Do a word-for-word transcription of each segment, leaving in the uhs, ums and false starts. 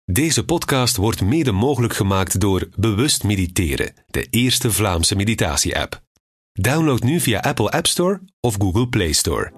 Deze podcast wordt mede mogelijk gemaakt door Bewust Mediteren, de eerste Vlaamse meditatie-app. Download nu via Apple App Store of Google Play Store.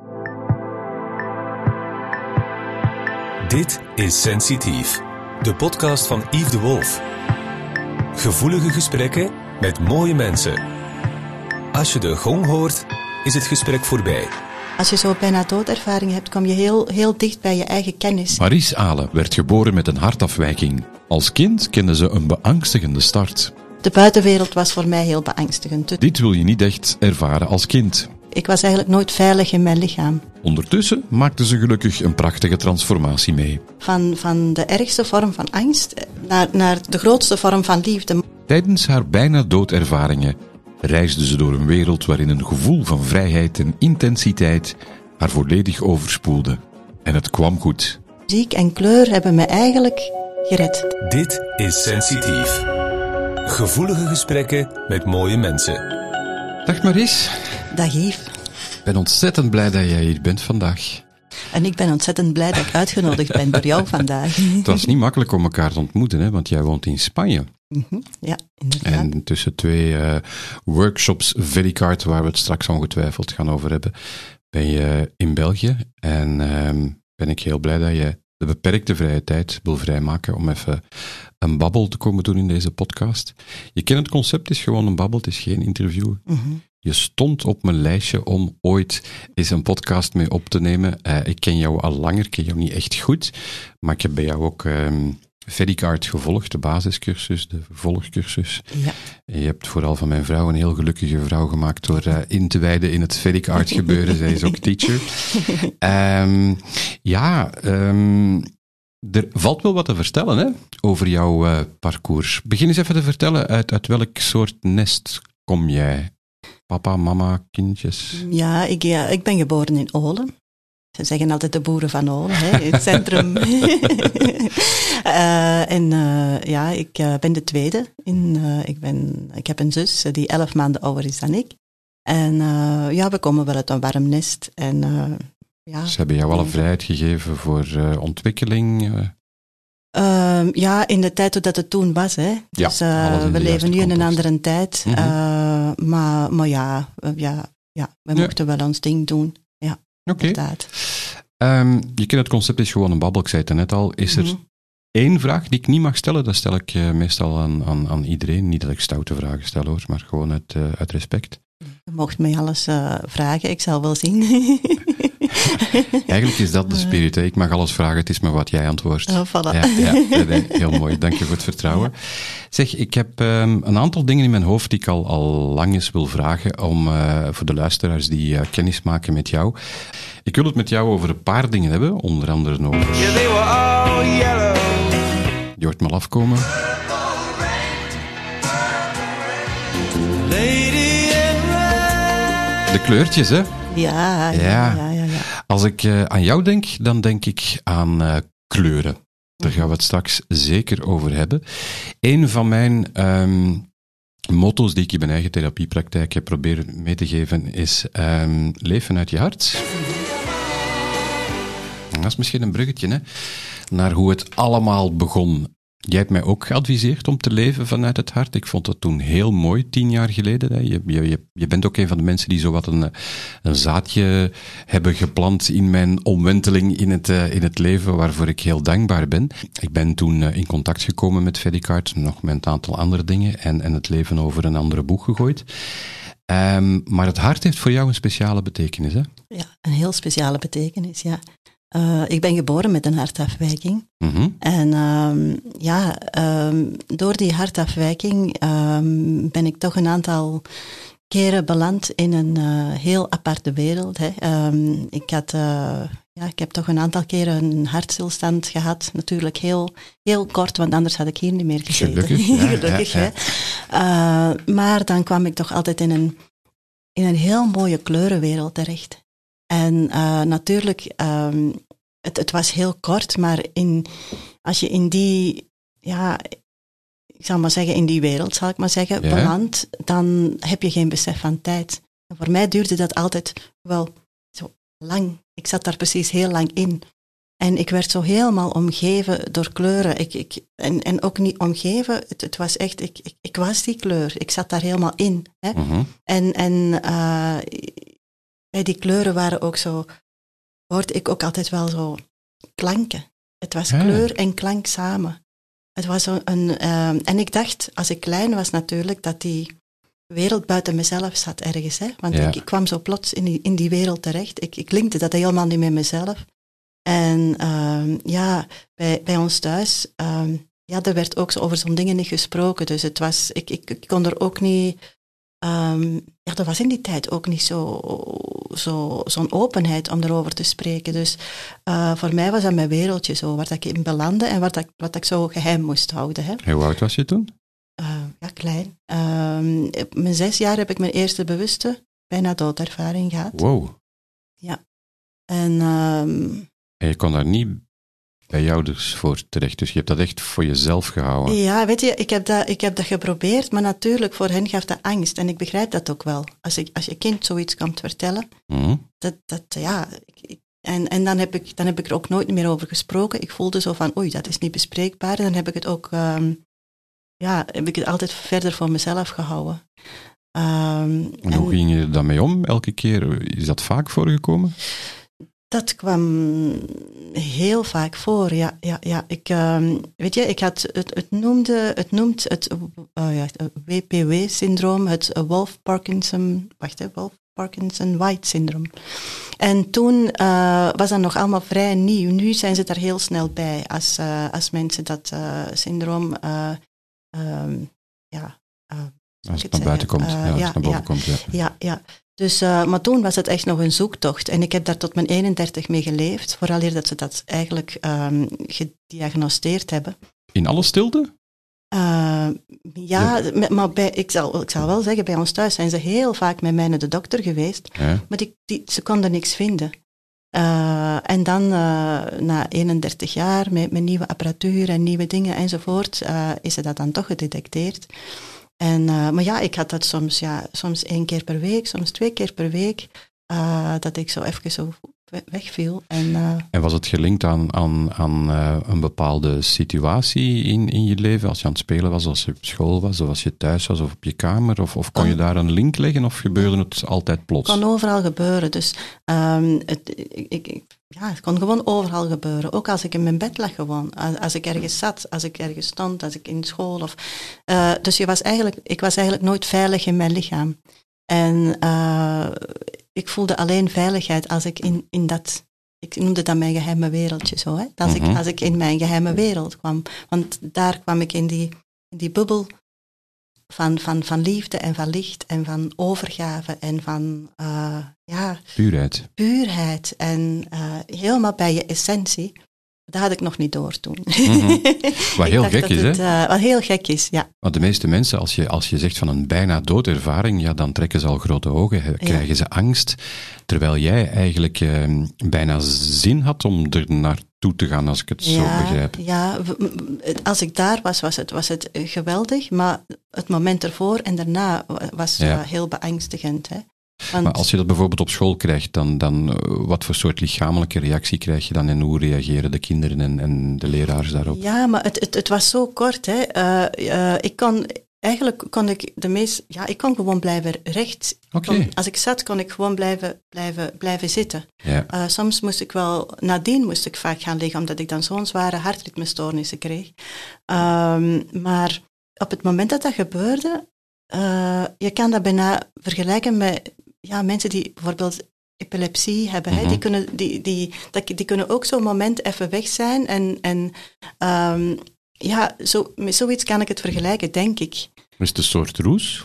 Dit is Sensitief, de podcast van Yves de Wolf. Gevoelige gesprekken met mooie mensen. Als je de gong hoort, is het gesprek voorbij. Als je zo bijna doodervaring hebt, kom je heel, heel dicht bij je eigen kennis. Maries Ale werd geboren met een hartafwijking. Als kind kende ze een beangstigende start. De buitenwereld was voor mij heel beangstigend. Dit wil je niet echt ervaren als kind. Ik was eigenlijk nooit veilig in mijn lichaam. Ondertussen maakte ze gelukkig een prachtige transformatie mee. Van, van de ergste vorm van angst naar, naar de grootste vorm van liefde. Tijdens haar bijna doodervaringen reisde ze door een wereld waarin een gevoel van vrijheid en intensiteit haar volledig overspoelde. En het kwam goed. Muziek en kleur hebben me eigenlijk gered. Dit is Sensitief. Gevoelige gesprekken met mooie mensen. Dag Maries. Dag Yves. Ik ben ontzettend blij dat jij hier bent vandaag. En ik ben ontzettend blij dat ik uitgenodigd ben door jou vandaag. Het was niet makkelijk om elkaar te ontmoeten, hè, want jij woont in Spanje. Mm-hmm. Ja, inderdaad. En tussen twee uh, workshops, Vericard, waar we het straks ongetwijfeld gaan over hebben, ben je in België. En uh, ben ik heel blij dat je de beperkte vrije tijd wil vrijmaken om even een babbel te komen doen in deze podcast. Je kent het concept, het is gewoon een babbel, het is geen interview. Mm-hmm. Je stond op mijn lijstje om ooit eens een podcast mee op te nemen. Uh, ik ken jou al langer, ik ken jou niet echt goed, maar ik heb bij jou ook um, Vericard gevolgd, de basiscursus, de vervolgcursus. Ja. Je hebt vooral van mijn vrouw een heel gelukkige vrouw gemaakt door uh, in te wijden in het Vericard gebeuren. Zij is ook teacher. Um, ja, um, er valt wel wat te vertellen hè, over jouw uh, parcours. Begin eens even te vertellen, uit, uit welk soort nest kom jij? Papa, mama, kindjes? Ja, ik, ja, ik ben geboren in Olen. Ze zeggen altijd de boeren van Olen, hè, in het centrum. uh, en uh, ja, ik uh, ben de tweede. In, uh, ik, ben, ik heb een zus die elf maanden ouder is dan ik. En uh, ja, we komen wel uit een warm nest. En, uh, ja, Ze hebben jou alle vrijheid gegeven voor uh, ontwikkeling? Uh. Uh, ja, in de tijd dat het toen was. Hè. Ja, dus uh, we leven nu in een andere tijd. Mm-hmm. Uh, maar, maar ja, uh, ja, ja, we ja. mochten wel ons ding doen. Ja, okay. inderdaad. Um, je kent het concept, is gewoon een babbel. Ik zei het net al. Is er mm-hmm. één vraag die ik niet mag stellen? Dat stel ik uh, meestal aan, aan, aan iedereen. Niet dat ik stoute vragen stel hoor, maar gewoon uit, uh, uit respect. Je mocht mij alles uh, vragen, ik zal wel zien. Eigenlijk is dat de spirit. Hè? Ik mag alles vragen, het is maar wat jij antwoordt. Oh, voilà. Ja, ja, nee, heel mooi, dank je voor het vertrouwen. Ja. Zeg, ik heb um, een aantal dingen in mijn hoofd die ik al, al lang eens wil vragen, om uh, voor de luisteraars die uh, kennis maken met jou. Ik wil het met jou over een paar dingen hebben, onder andere over... Yeah, they were all yellow. Je hoort me al afkomen. De kleurtjes, hè? Ja, ja, ja. ja, ja, ja. Als ik uh, aan jou denk, dan denk ik aan uh, kleuren. Daar gaan we het straks zeker over hebben. Een van mijn um, motto's die ik in mijn eigen therapiepraktijk heb proberen mee te geven is um, leven uit je hart. Dat is misschien een bruggetje, hè, naar hoe het allemaal begon. Jij hebt mij ook geadviseerd om te leven vanuit het hart. Ik vond dat toen heel mooi, tien jaar geleden. Hè. Je, je, je bent ook een van de mensen die zowat een, een zaadje hebben geplant in mijn omwenteling in het, uh, in het leven, waarvoor ik heel dankbaar ben. Ik ben toen uh, in contact gekomen met Vericard, nog met een aantal andere dingen, en, en het leven over een andere boeg gegooid. Um, maar het hart heeft voor jou een speciale betekenis, hè? Ja, een heel speciale betekenis, ja. Uh, ik ben geboren met een hartafwijking. Mm-hmm. En um, ja, um, door die hartafwijking um, ben ik toch een aantal keren beland in een uh, heel aparte wereld. Hè. Um, ik, had, uh, ja, ik heb toch een aantal keren een hartstilstand gehad. Natuurlijk heel, heel kort, want anders had ik hier niet meer gezeten. Gelukkig, ja, Gelukkig, ja, ja. Hè. Uh, maar dan kwam ik toch altijd in een, in een heel mooie kleurenwereld terecht. En uh, natuurlijk, um, het, het was heel kort, maar in, als je in die, ja, ik zal maar zeggen, in die wereld, zal ik maar zeggen, ja. belandt, dan heb je geen besef van tijd. En voor mij duurde dat altijd wel zo lang. Ik zat daar precies heel lang in. En ik werd zo helemaal omgeven door kleuren. Ik, ik, en, en ook niet omgeven, het, het was echt, ik, ik, ik was die kleur. Ik zat daar helemaal in. Hè? Mm-hmm. En, en uh, bij die kleuren waren ook zo, hoorde ik ook altijd wel zo klanken. Het was Ja. kleur en klank samen. Het was zo een, uh, en ik dacht, als ik klein was natuurlijk, dat die wereld buiten mezelf zat ergens. Hè? Want Ja. ik, ik kwam zo plots in die, in die wereld terecht. Ik, ik linkte dat helemaal niet met mezelf. En um, ja, bij, bij ons thuis, um, ja, er werd ook zo over zo'n dingen niet gesproken. Dus het was, ik, ik, ik kon er ook niet, um, ja, er was in die tijd ook niet zo, zo, zo'n openheid om erover te spreken. Dus uh, voor mij was dat mijn wereldje zo, waar ik in belandde en wat ik, wat ik zo geheim moest houden. Hè. Hoe oud was je toen? Uh, ja, klein. Um, op mijn zes jaar heb ik mijn eerste bewuste, bijna doodervaring gehad. Wow. Ja. En... Um, En je kon daar niet bij je ouders voor terecht, dus je hebt dat echt voor jezelf gehouden. Ja, weet je, ik heb dat, ik heb dat geprobeerd, maar natuurlijk, voor hen gaf dat angst. En ik begrijp dat ook wel. Als, ik, als je kind zoiets komt vertellen, Mm-hmm. dat, dat, ja... Ik, en en dan, heb ik, dan heb ik er ook nooit meer over gesproken. Ik voelde zo van, oei, dat is niet bespreekbaar. En dan heb ik het ook... Um, ja, heb ik het altijd verder voor mezelf gehouden. Um, en hoe en, ging je er dan mee om? Elke keer, is dat vaak voorgekomen? Dat kwam heel vaak voor, ja. ja, ja. Ik, um, weet je, ik had het, het noemde, het noemt het uh, ja, W P W-syndroom, het Wolff-Parkinson, wacht hè, Wolff-Parkinson-White-syndroom. En toen uh, was dat nog allemaal vrij nieuw. Nu zijn ze daar heel snel bij, als, uh, als mensen dat uh, syndroom, uh, um, ja... Uh, als het naar buiten komt, uh, ja, als ja, het naar boven ja, komt, ja. Ja, ja. Dus, uh, maar toen was het echt nog een zoektocht. En ik heb daar tot mijn eenendertig mee geleefd, vooraleer dat ze dat eigenlijk um, gediagnosteerd hebben. In alle stilte? Uh, ja, ja. maar bij, ik, zal, ik zal wel zeggen, bij ons thuis zijn ze heel vaak met mij naar de dokter geweest, Ja. maar die, die, ze konden niks vinden. Uh, en dan, uh, na eenendertig jaar, met, met nieuwe apparatuur en nieuwe dingen enzovoort, uh, is ze dat dan toch gedetecteerd. En, uh, maar ja, ik had dat soms, ja, soms één keer per week, soms twee keer per week, uh, dat ik zo even zo wegviel. En, uh, en was het gelinkt aan, aan, aan uh, een bepaalde situatie in, in je leven? Als je aan het spelen was, als je op school was, of als je thuis was, of op je kamer? Of, of kon je daar een link leggen, of gebeurde het altijd plots? Het kon overal gebeuren. Dus um, het, ik, ik, ja, het kon gewoon overal gebeuren. Ook als ik in mijn bed lag gewoon. Als, als ik ergens zat, als ik ergens stond, als ik in school. Of, uh, dus je was eigenlijk, ik was eigenlijk nooit veilig in mijn lichaam. En uh, ik voelde alleen veiligheid als ik in, in dat... Ik noemde dat mijn geheime wereldje zo. Hè? Als, mm-hmm. ik, als ik in mijn geheime wereld kwam. Want daar kwam ik in die, in die bubbel van, van, van liefde en van licht en van overgave en van... Uh, ja, puurheid. Puurheid en uh, helemaal bij je essentie. Dat had ik nog niet door toen. Mm-hmm. Wat heel gek is, het, hè? Uh, wat heel gek is, ja. Want de meeste mensen, als je, als je zegt van een bijna doodervaring, ja, dan trekken ze al grote ogen, krijgen ja. ze angst. Terwijl jij eigenlijk uh, bijna zin had om er naartoe te gaan, als ik het ja, zo begrijp. Ja, als ik daar was, was het, was het geweldig. Maar het moment ervoor en daarna was ja. uh, heel beangstigend, hè. Want, maar als je dat bijvoorbeeld op school krijgt, dan, dan wat voor soort lichamelijke reactie krijg je dan en hoe reageren de kinderen en, en de leraars daarop? Ja, maar het, het, het was zo kort. Hè. Uh, uh, ik kon, eigenlijk kon ik de meest, ja, ik kon gewoon blijven recht. Okay. Kon, als ik zat, kon ik gewoon blijven, blijven, blijven zitten. Ja. Uh, soms moest ik wel, nadien moest ik vaak gaan liggen, omdat ik dan zo'n zware hartritmestoornissen kreeg. Um, maar op het moment dat dat gebeurde, uh, je kan dat bijna vergelijken met ja, mensen die bijvoorbeeld epilepsie hebben, mm-hmm. hè, die, kunnen, die, die, die, die kunnen ook zo'n moment even weg zijn. En, en um, ja, zo, met zoiets kan ik het vergelijken, denk ik. Is het een soort roes?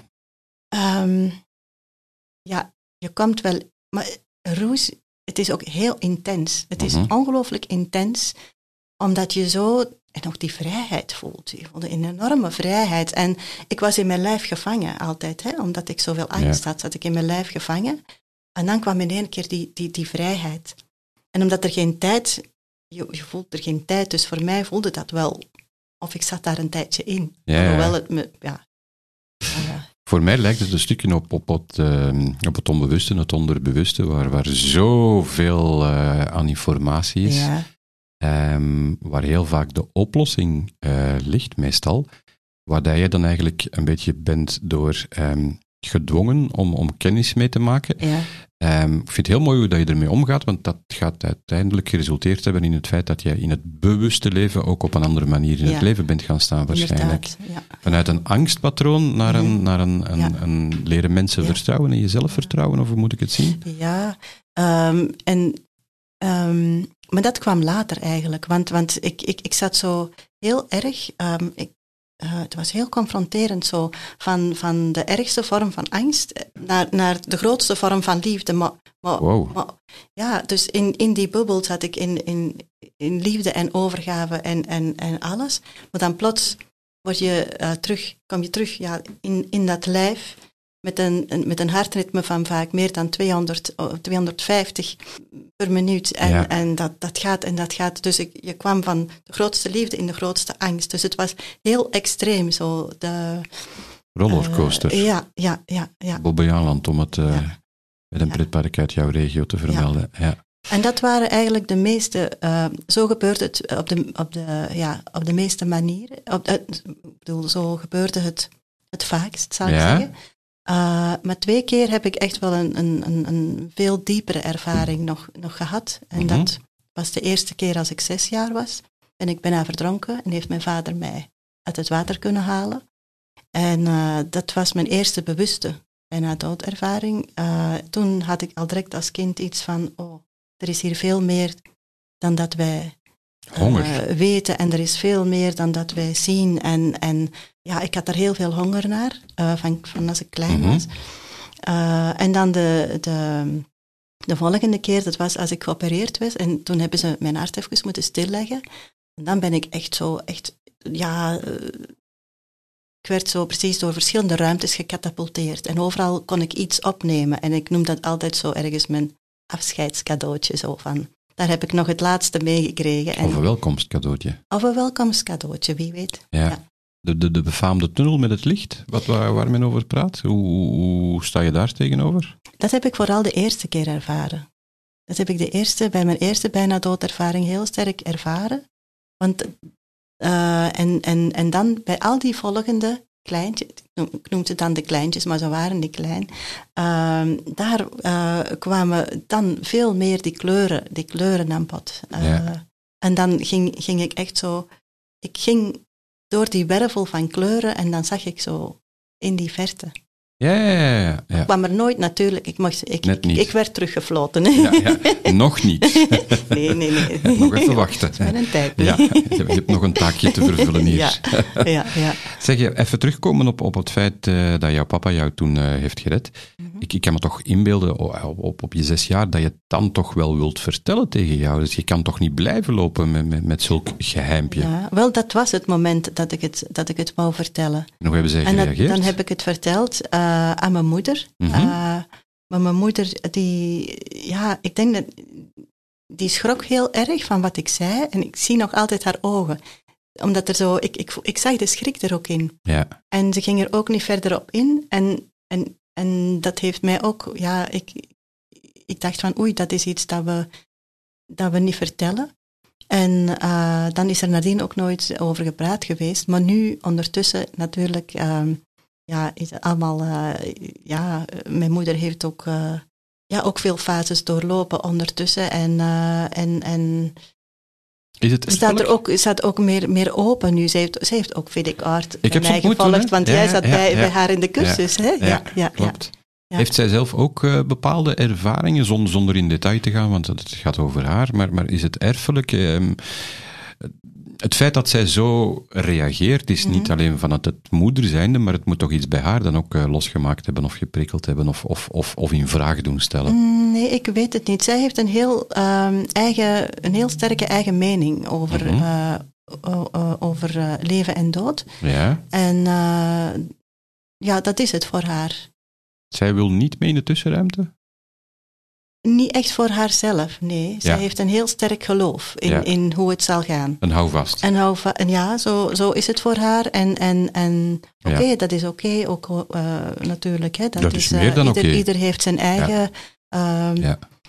Um, ja, je komt wel... Maar roes, het is ook heel intens. Het mm-hmm. is ongelooflijk intens, omdat je zo... En ook die vrijheid voelt. Je voelde een enorme vrijheid. En ik was in mijn lijf gevangen altijd. Hè? Omdat ik zoveel angst ja. had, zat ik in mijn lijf gevangen. En dan kwam in één keer die, die, die vrijheid. En omdat er geen tijd... Je, je voelt er geen tijd, dus voor mij voelde dat wel... Of ik zat daar een tijdje in. Ja, hoewel het me... Ja, uh, voor mij lijkt het een stukje op, op, het, uh, op het onbewuste, het onderbewuste, waar, waar zoveel uh, aan informatie is. Ja. um, waar heel vaak de oplossing uh, ligt, meestal, waar dat je dan eigenlijk een beetje bent door um, gedwongen om, om kennis mee te maken. Ja. Um, ik vind het heel mooi hoe dat je ermee omgaat, want dat gaat uiteindelijk geresulteerd hebben in het feit dat je in het bewuste leven ook op een andere manier in ja. het leven bent gaan staan waarschijnlijk. Ja. Vanuit een angstpatroon naar een, mm-hmm. naar een, een, ja. een leren mensen ja. vertrouwen en jezelf vertrouwen, of hoe moet ik het zien? Ja, um, en, um, maar dat kwam later eigenlijk, want, want ik, ik, ik zat zo heel erg... Um, ik, Uh, het was heel confronterend zo, van, van de ergste vorm van angst naar, naar de grootste vorm van liefde. Maar, maar, wow. maar, ja, dus in, in die bubbel zat ik in, in, in liefde en overgave en, en, en alles. Maar dan plots word je, uh, terug, kom je terug ja, in, in dat lijf met een, een, met een hartritme van vaak meer dan tweehonderd, tweehonderdvijftig per minuut. En, ja. en dat, dat gaat en dat gaat. Dus ik, je kwam van de grootste liefde in de grootste angst. Dus het was heel extreem. Zo de, rollercoaster. Uh, ja, ja, ja. ja. Bobbejaanland, om het uh, ja. met een pretpark uit jouw regio te vermelden. Ja. Ja. En dat waren eigenlijk de meeste, uh, zo gebeurde het op de, op de, ja, op de meeste manieren. Op de, ik bedoel, zo gebeurde het het vaakst, zou ik ja. zeggen. Uh, maar twee keer heb ik echt wel een, een, een veel diepere ervaring nog, nog gehad. En mm-hmm. dat was de eerste keer als ik zes jaar was. En ik ben daar verdronken en heeft mijn vader mij uit het water kunnen halen. En uh, dat was mijn eerste bewuste bijna doodervaring. Uh, toen had ik al direct als kind iets van, oh, er is hier veel meer dan dat wij uh, weten. En er is veel meer dan dat wij zien. En, en ja, ik had er heel veel honger naar, uh, van, van als ik klein mm-hmm. was. Uh, en dan de, de, de volgende keer, dat was als ik geopereerd was. En toen hebben ze mijn hart even moeten stilleggen. En dan ben ik echt zo, echt, ja... Uh, ik werd zo precies door verschillende ruimtes gecatapulteerd. En overal kon ik iets opnemen. En ik noem dat altijd zo ergens mijn afscheidscadeautje. Zo van, daar heb ik nog het laatste meegekregen. Of een welkomstcadeautje. Of een welkomstcadeautje, wie weet. Ja. ja. De, de, de befaamde tunnel met het licht, wat, waar, waar men over praat. Hoe, hoe sta je daar tegenover? Dat heb ik vooral de eerste keer ervaren. Dat heb ik de eerste, bij mijn eerste bijna doodervaring heel sterk ervaren. Want... Uh, en, en, en dan bij al die volgende kleintjes, ik noem ze dan de kleintjes, maar ze waren niet klein, uh, daar uh, kwamen dan veel meer die kleuren, die kleuren aan bod. Uh, ja. En dan ging, ging ik echt zo, ik ging door die wervel van kleuren en dan zag ik zo in die verte. Ja, ja, ja, ja. Ik kwam er nooit natuurlijk, ik, mocht, ik, Net niet. ik, ik werd teruggefloten. Ja, ja. Nog niet. Nee, nee, nee. Ja, nog even wachten. Dat is mijn tijd. Nee. Ja, je hebt nog een taakje te vervullen hier. Ja, ja, ja. Zeg je, even terugkomen op, op het feit uh, dat jouw papa jou toen uh, heeft gered. Mm-hmm. Ik, ik kan me toch inbeelden op, op, op je zes jaar dat je het dan toch wel wilt vertellen tegen jou. Dus je kan toch niet blijven lopen met, met, met zulk geheimpje. Ja, wel, dat was het moment dat ik het, dat ik het wou vertellen. En hoe hebben zij en gereageerd? Dat, dan heb ik het verteld uh, aan mijn moeder. Mm-hmm. Uh, maar mijn moeder, die, ja, ik denk dat, die schrok heel erg van wat ik zei. En ik zie nog altijd haar ogen. Omdat er zo, ik, ik, ik zag de schrik er ook in. Ja. En ze ging er ook niet verder op in. En, en, en dat heeft mij ook, ja, ik, ik dacht van, oei, dat is iets dat we, dat we niet vertellen. En uh, dan is er nadien ook nooit over gepraat geweest. Maar nu, ondertussen, natuurlijk... Um, Ja, is het allemaal, uh, ja, mijn moeder heeft ook, uh, ja, ook veel fases doorlopen ondertussen. En, uh, en, en is het staat er ook, staat ook meer, meer open nu. Ze heeft, ze heeft ook Vedic Art bij mij gevolgd, toen, want ja, jij zat ja, bij, ja. bij haar in de cursus. Ja, hè? ja, ja, ja klopt. Ja. Heeft zij zelf ook uh, bepaalde ervaringen, zonder, zonder in detail te gaan, want het gaat over haar, maar, maar is het erfelijk? Um, Het feit dat zij zo reageert is mm-hmm. niet alleen van het, het moeder zijnde, maar het moet toch iets bij haar dan ook uh, losgemaakt hebben of geprikkeld hebben of, of, of, of in vraag doen stellen? Nee, ik weet het niet. Zij heeft een heel, um, eigen, een heel sterke eigen mening over, mm-hmm. uh, uh, uh, over uh, leven en dood. Ja. En uh, ja, dat is het voor haar. Zij wil niet mee in de tussenruimte? Niet echt voor haarzelf, nee. Zij ja. heeft een heel sterk geloof in, ja. in hoe het zal gaan. En hou vast. En, hou va- en ja, zo, zo is het voor haar. En, en, en oké, okay, ja. dat is oké, okay, ook uh, natuurlijk. Hè, dat, dat is, is meer uh, dan ieder, oké. Okay. Ieder heeft zijn eigen... Ja. Um, ja.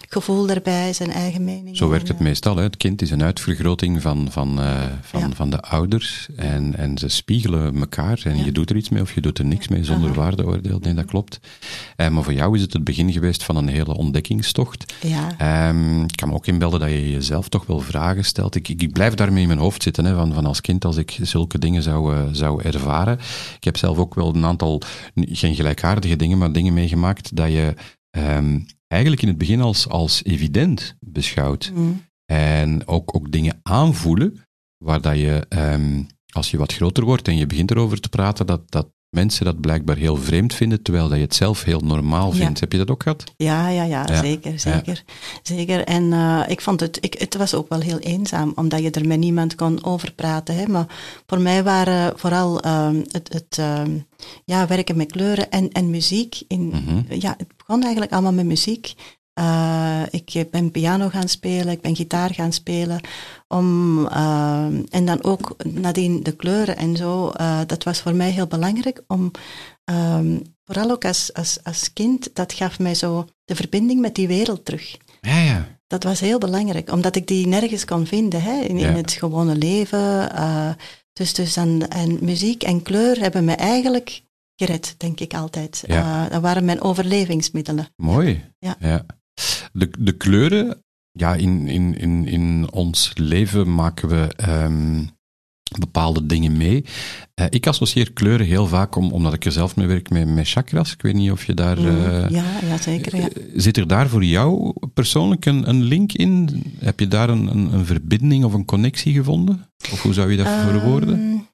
gevoel erbij, zijn eigen mening. Zo werkt het en, uh, meestal. Hè. Het kind is een uitvergroting van, van, uh, van, ja. van de ouders en, en ze spiegelen elkaar en ja. je doet er iets mee of je doet er niks mee zonder uh-huh. waardeoordeel. Nee, dat klopt. Uh, maar voor jou is het het begin geweest van een hele ontdekkingstocht. Ja. Um, ik kan me ook inbeelden dat je jezelf toch wel vragen stelt. Ik, ik, ik blijf daarmee in mijn hoofd zitten, hè, van, van als kind als ik zulke dingen zou, uh, zou ervaren. Ik heb zelf ook wel een aantal, geen gelijkaardige dingen, maar dingen meegemaakt dat je um, eigenlijk in het begin als, als evident beschouwt. Mm. En ook, ook dingen aanvoelen, waar dat je, um, als je wat groter wordt en je begint erover te praten, dat, dat mensen dat blijkbaar heel vreemd vinden, terwijl dat je het zelf heel normaal vindt. Ja. Heb je dat ook gehad? Ja, ja, ja, ja. zeker, zeker. Ja. zeker. En uh, ik vond het, ik, het was ook wel heel eenzaam, omdat je er met niemand kon over praten. Hè. Maar voor mij waren vooral um, het, het um, ja, werken met kleuren en, en muziek. In, mm-hmm. Ja, het begon eigenlijk allemaal met muziek. Uh, ik ben piano gaan spelen, ik ben gitaar gaan spelen. Om, uh, en dan ook nadien de kleuren en zo. Uh, dat was voor mij heel belangrijk. Om, um, vooral ook als, als, als kind, dat gaf mij zo de verbinding met die wereld terug. Ja, ja. Dat was heel belangrijk, omdat ik die nergens kon vinden, hè, in, ja. in het gewone leven. Uh, dus dus dan, en muziek en kleur hebben me eigenlijk gered, denk ik altijd. Ja. Uh, dat waren mijn overlevingsmiddelen. Mooi. Ja. ja. De, de kleuren, ja, in, in, in, in ons leven maken we um, bepaalde dingen mee. Uh, ik associeer kleuren heel vaak, om, omdat ik er zelf mee werk, met, met chakras. Ik weet niet of je daar... Uh, ja, ja, zeker. Ja. Zit er daar voor jou persoonlijk een, een link in? Heb je daar een, een, een verbinding of een connectie gevonden? Of hoe zou je dat um, verwoorden?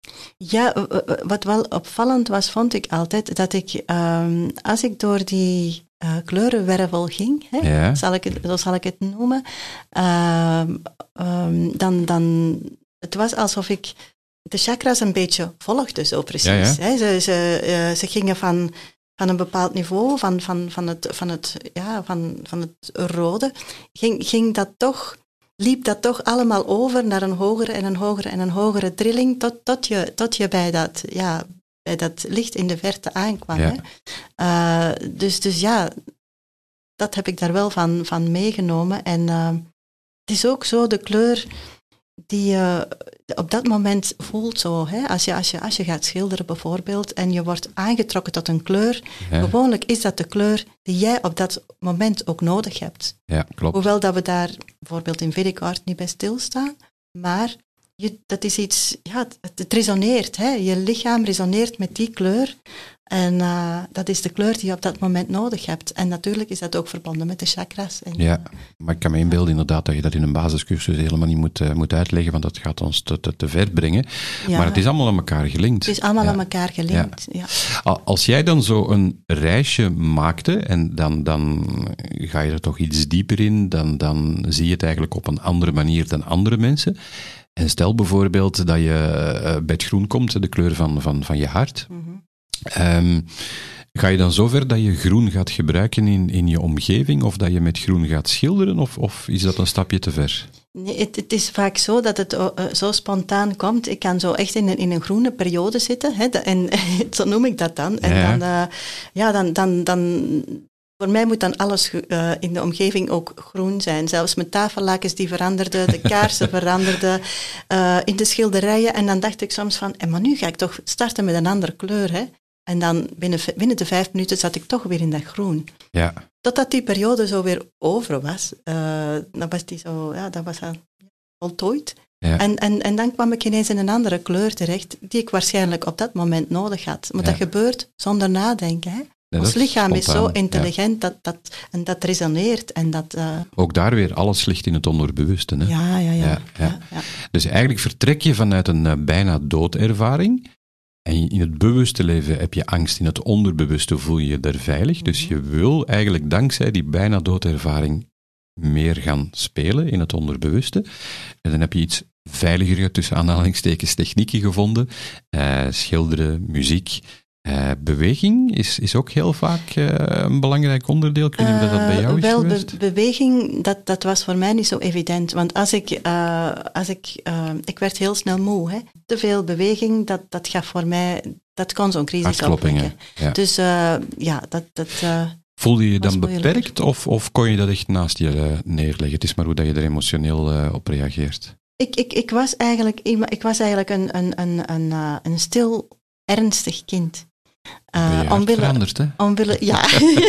Ja, wat wel opvallend was, vond ik altijd, dat ik, um, als ik door die uh, kleurenwervel ging, hè, ja. zal ik het, zo zal ik het noemen, uh, um, dan, dan, het was alsof ik de chakras een beetje volgde, zo precies. Ja, ja. Hè. Ze, ze, uh, ze gingen van, van een bepaald niveau, van, van, van, het, van, het, ja, van, van het rode, ging, ging dat toch... liep dat toch allemaal over naar een hogere en een hogere en een hogere trilling, tot, tot, je, tot je bij dat, ja, bij dat licht in de verte aankwam. Ja. Hè? Uh, dus, dus ja, dat heb ik daar wel van, van meegenomen. En uh, het is ook zo de kleur die je op dat moment voelt zo. Hè? Als, je, als, je, als je gaat schilderen bijvoorbeeld en je wordt aangetrokken tot een kleur, ja. gewoonlijk is dat de kleur die jij op dat moment ook nodig hebt. Ja, klopt. Hoewel dat we daar bijvoorbeeld in Vedic art niet bij stilstaan, maar je, dat is iets, ja, het, het resoneert. Hè? Je lichaam resoneert met die kleur. En uh, dat is de kleur die je op dat moment nodig hebt. En natuurlijk is dat ook verbonden met de chakras. En, ja, maar ik kan me inbeelden inderdaad dat je dat in een basiscursus helemaal niet moet, uh, moet uitleggen, want dat gaat ons te, te, te ver brengen. Ja. Maar het is allemaal aan elkaar gelinkt. Het is allemaal ja. aan elkaar gelinkt, ja. ja. Als jij dan zo een reisje maakte, en dan, dan ga je er toch iets dieper in, dan, dan zie je het eigenlijk op een andere manier dan andere mensen. En stel bijvoorbeeld dat je uh, bij het groen komt, de kleur van, van, van je hart. Mm-hmm. Um, ga je dan zover dat je groen gaat gebruiken in, in je omgeving, of dat je met groen gaat schilderen, of, of is dat een stapje te ver? Nee, het, het is vaak zo dat het uh, zo spontaan komt. Ik kan zo echt in een, in een groene periode zitten, hè, en zo noem ik dat dan. En ja. dan, uh, ja, dan, dan, dan voor mij moet dan alles uh, in de omgeving ook groen zijn. Zelfs mijn tafellakens die veranderden, de kaarsen veranderden, uh, in de schilderijen. En dan dacht ik soms van, maar nu ga ik toch starten met een andere kleur, hè. En dan binnen, binnen de vijf minuten zat ik toch weer in dat groen. Ja. Totdat die periode zo weer over was. Uh, dan was die zo, ja, dat was al voltooid. Ja. En, en, en dan kwam ik ineens in een andere kleur terecht, die ik waarschijnlijk op dat moment nodig had. Maar ja. dat gebeurt zonder nadenken, hè. Ja, ons lichaam is, is zo intelligent, ja. dat, dat, en dat resoneert. En dat, uh... Ook daar weer, alles ligt in het onderbewuste. Hè? Ja, ja, ja. ja, ja. ja, ja. Dus eigenlijk vertrek je vanuit een uh, bijna doodervaring. En in het bewuste leven heb je angst, in het onderbewuste voel je je er veilig. Mm-hmm. Dus je wil eigenlijk dankzij die bijna doodervaring meer gaan spelen in het onderbewuste. En dan heb je iets veiliger, tussen aanhalingstekens, technieken gevonden. Uh, schilderen, muziek. Uh, beweging is, is ook heel vaak uh, een belangrijk onderdeel. Ik weet niet of dat bij jou is wel, geweest. Be- beweging, dat, dat was voor mij niet zo evident. Want als ik, uh, als ik, uh, ik werd heel snel moe. Hè. Te veel beweging, dat, dat gaf voor mij, dat kon zo'n crisis opwekken. Ja. Dus uh, ja, dat... dat uh, Voelde je je dan moeilijk. beperkt of, of kon je dat echt naast je uh, neerleggen? Het is maar hoe dat je er emotioneel uh, op reageert. Ik, ik, ik was eigenlijk, ik was eigenlijk een, een, een, een, uh, een stil, ernstig kind. Uh, ben je hard omwille, veranderd, hè? Omwille, ja.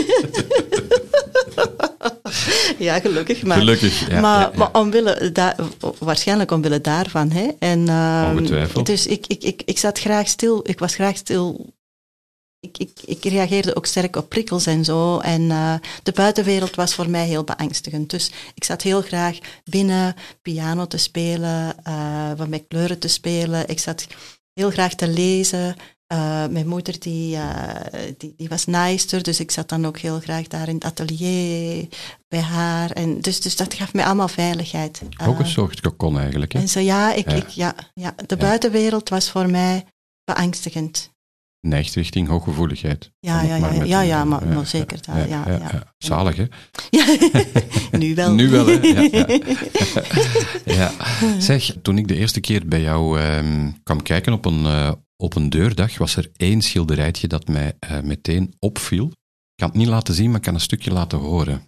ja, gelukkig. Maar, gelukkig, ja. Maar, ja, ja. maar omwille da- waarschijnlijk omwille daarvan. Hè. En, uh, Ongetwijfeld. Dus ik, ik, ik, ik zat graag stil, ik was graag stil. Ik, ik, ik reageerde ook sterk op prikkels en zo. En uh, de buitenwereld was voor mij heel beangstigend. Dus ik zat heel graag binnen piano te spelen, uh, wat met kleuren te spelen. Ik zat heel graag te lezen. Uh, mijn moeder die, uh, die, die was naaister, dus ik zat dan ook heel graag daar in het atelier bij haar. En dus, dus dat gaf mij allemaal veiligheid. Uh, ook een soort kokon eigenlijk. Hè? En zo, ja, ik, ja. Ik, ja, ja, de ja. buitenwereld was voor mij beangstigend. Neigt richting hooggevoeligheid. Ja, ja, ja, ja, ja, ja, maar, maar zeker. Ja, ja, ja, ja. Ja. Zalig, hè? Ja, nu wel. Nu wel, hè? Ja, ja. ja. Zeg, toen ik de eerste keer bij jou um, kwam kijken op een, uh, op een deurdag, was er één schilderijtje dat mij uh, meteen opviel. Ik kan het niet laten zien, maar ik kan een stukje laten horen.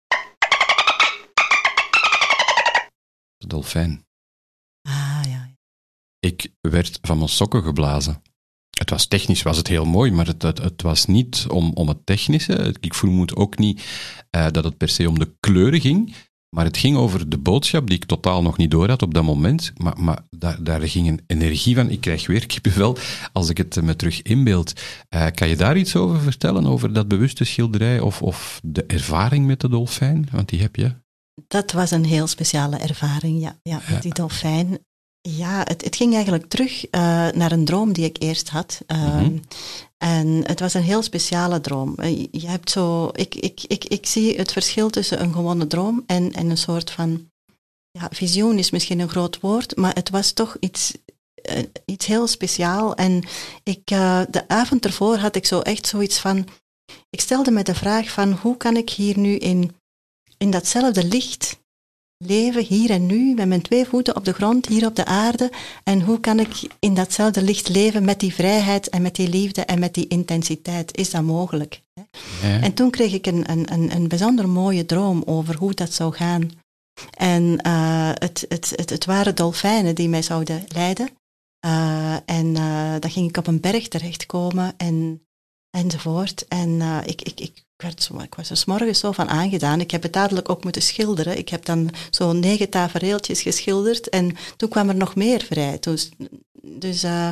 De dolfijn. Ah, ja. Ik werd van mijn sokken geblazen. Het was technisch, was het heel mooi, maar het, het, het was niet om, om het technische. Ik vermoed ook niet uh, dat het per se om de kleuren ging, maar het ging over de boodschap die ik totaal nog niet door had op dat moment. Maar, maar daar, daar ging een energie van. Ik krijg weer kippenvel als ik het me terug inbeeld. Uh, kan je daar iets over vertellen, over dat bewuste schilderij of, of de ervaring met de dolfijn? Want die heb je. Dat was een heel speciale ervaring, ja, ja, met ja. die dolfijn. Ja, het, het ging eigenlijk terug uh, naar een droom die ik eerst had. Uh, mm-hmm. En het was een heel speciale droom. Uh, je hebt zo, ik, ik, ik, ik zie het verschil tussen een gewone droom en, en een soort van... Ja, visioen is misschien een groot woord, maar het was toch iets, uh, iets heel speciaal. En ik, uh, de avond ervoor had ik zo echt zoiets van... Ik stelde me de vraag van, hoe kan ik hier nu in, in datzelfde licht... leven, hier en nu, met mijn twee voeten op de grond, hier op de aarde. En hoe kan ik in datzelfde licht leven met die vrijheid en met die liefde en met die intensiteit? Is dat mogelijk? Ja. En toen kreeg ik een, een, een bijzonder mooie droom over hoe dat zou gaan. En uh, het, het, het, het waren dolfijnen die mij zouden leiden. Uh, en uh, dan ging ik op een berg terechtkomen en, enzovoort. En uh, ik... ik, ik Ik, werd zo, ik was er 's morgens zo van aangedaan. Ik heb het dadelijk ook moeten schilderen. Ik heb dan zo'n negen tafereeltjes geschilderd. En toen kwam er nog meer vrij. Dus, dus, uh,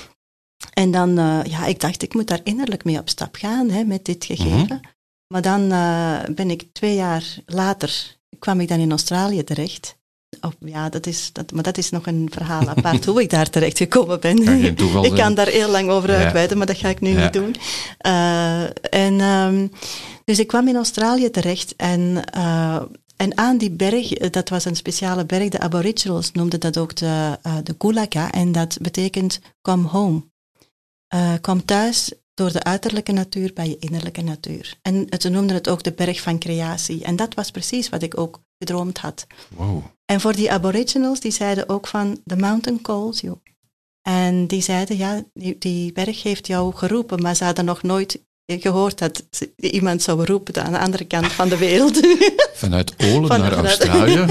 en dan, uh, ja, ik dacht, ik moet daar innerlijk mee op stap gaan, hè, met dit gegeven. Mm-hmm. Maar dan uh, ben ik twee jaar later, kwam ik dan in Australië terecht. Oh, ja, dat is, dat, maar dat is nog een verhaal apart, hoe ik daar terecht gekomen ben. Kan ik kan daar heel lang over ja. uitweiden, maar dat ga ik nu ja. niet doen. Uh, en, um, dus ik kwam in Australië terecht en, uh, en aan die berg, dat was een speciale berg, de Aboriginals noemden dat ook de, uh, de Gulaga, en dat betekent come home. Uh, kom thuis door de uiterlijke natuur bij je innerlijke natuur. En ze noemden het ook de berg van creatie. En dat was precies wat ik ook gedroomd had. Wow. En voor die aboriginals, die zeiden ook van, the mountain calls you. En die zeiden, ja, die, die berg heeft jou geroepen, maar ze hadden nog nooit gehoord dat iemand zou roepen aan de andere kant van de wereld. Vanuit Olen van, naar vanuit Australië.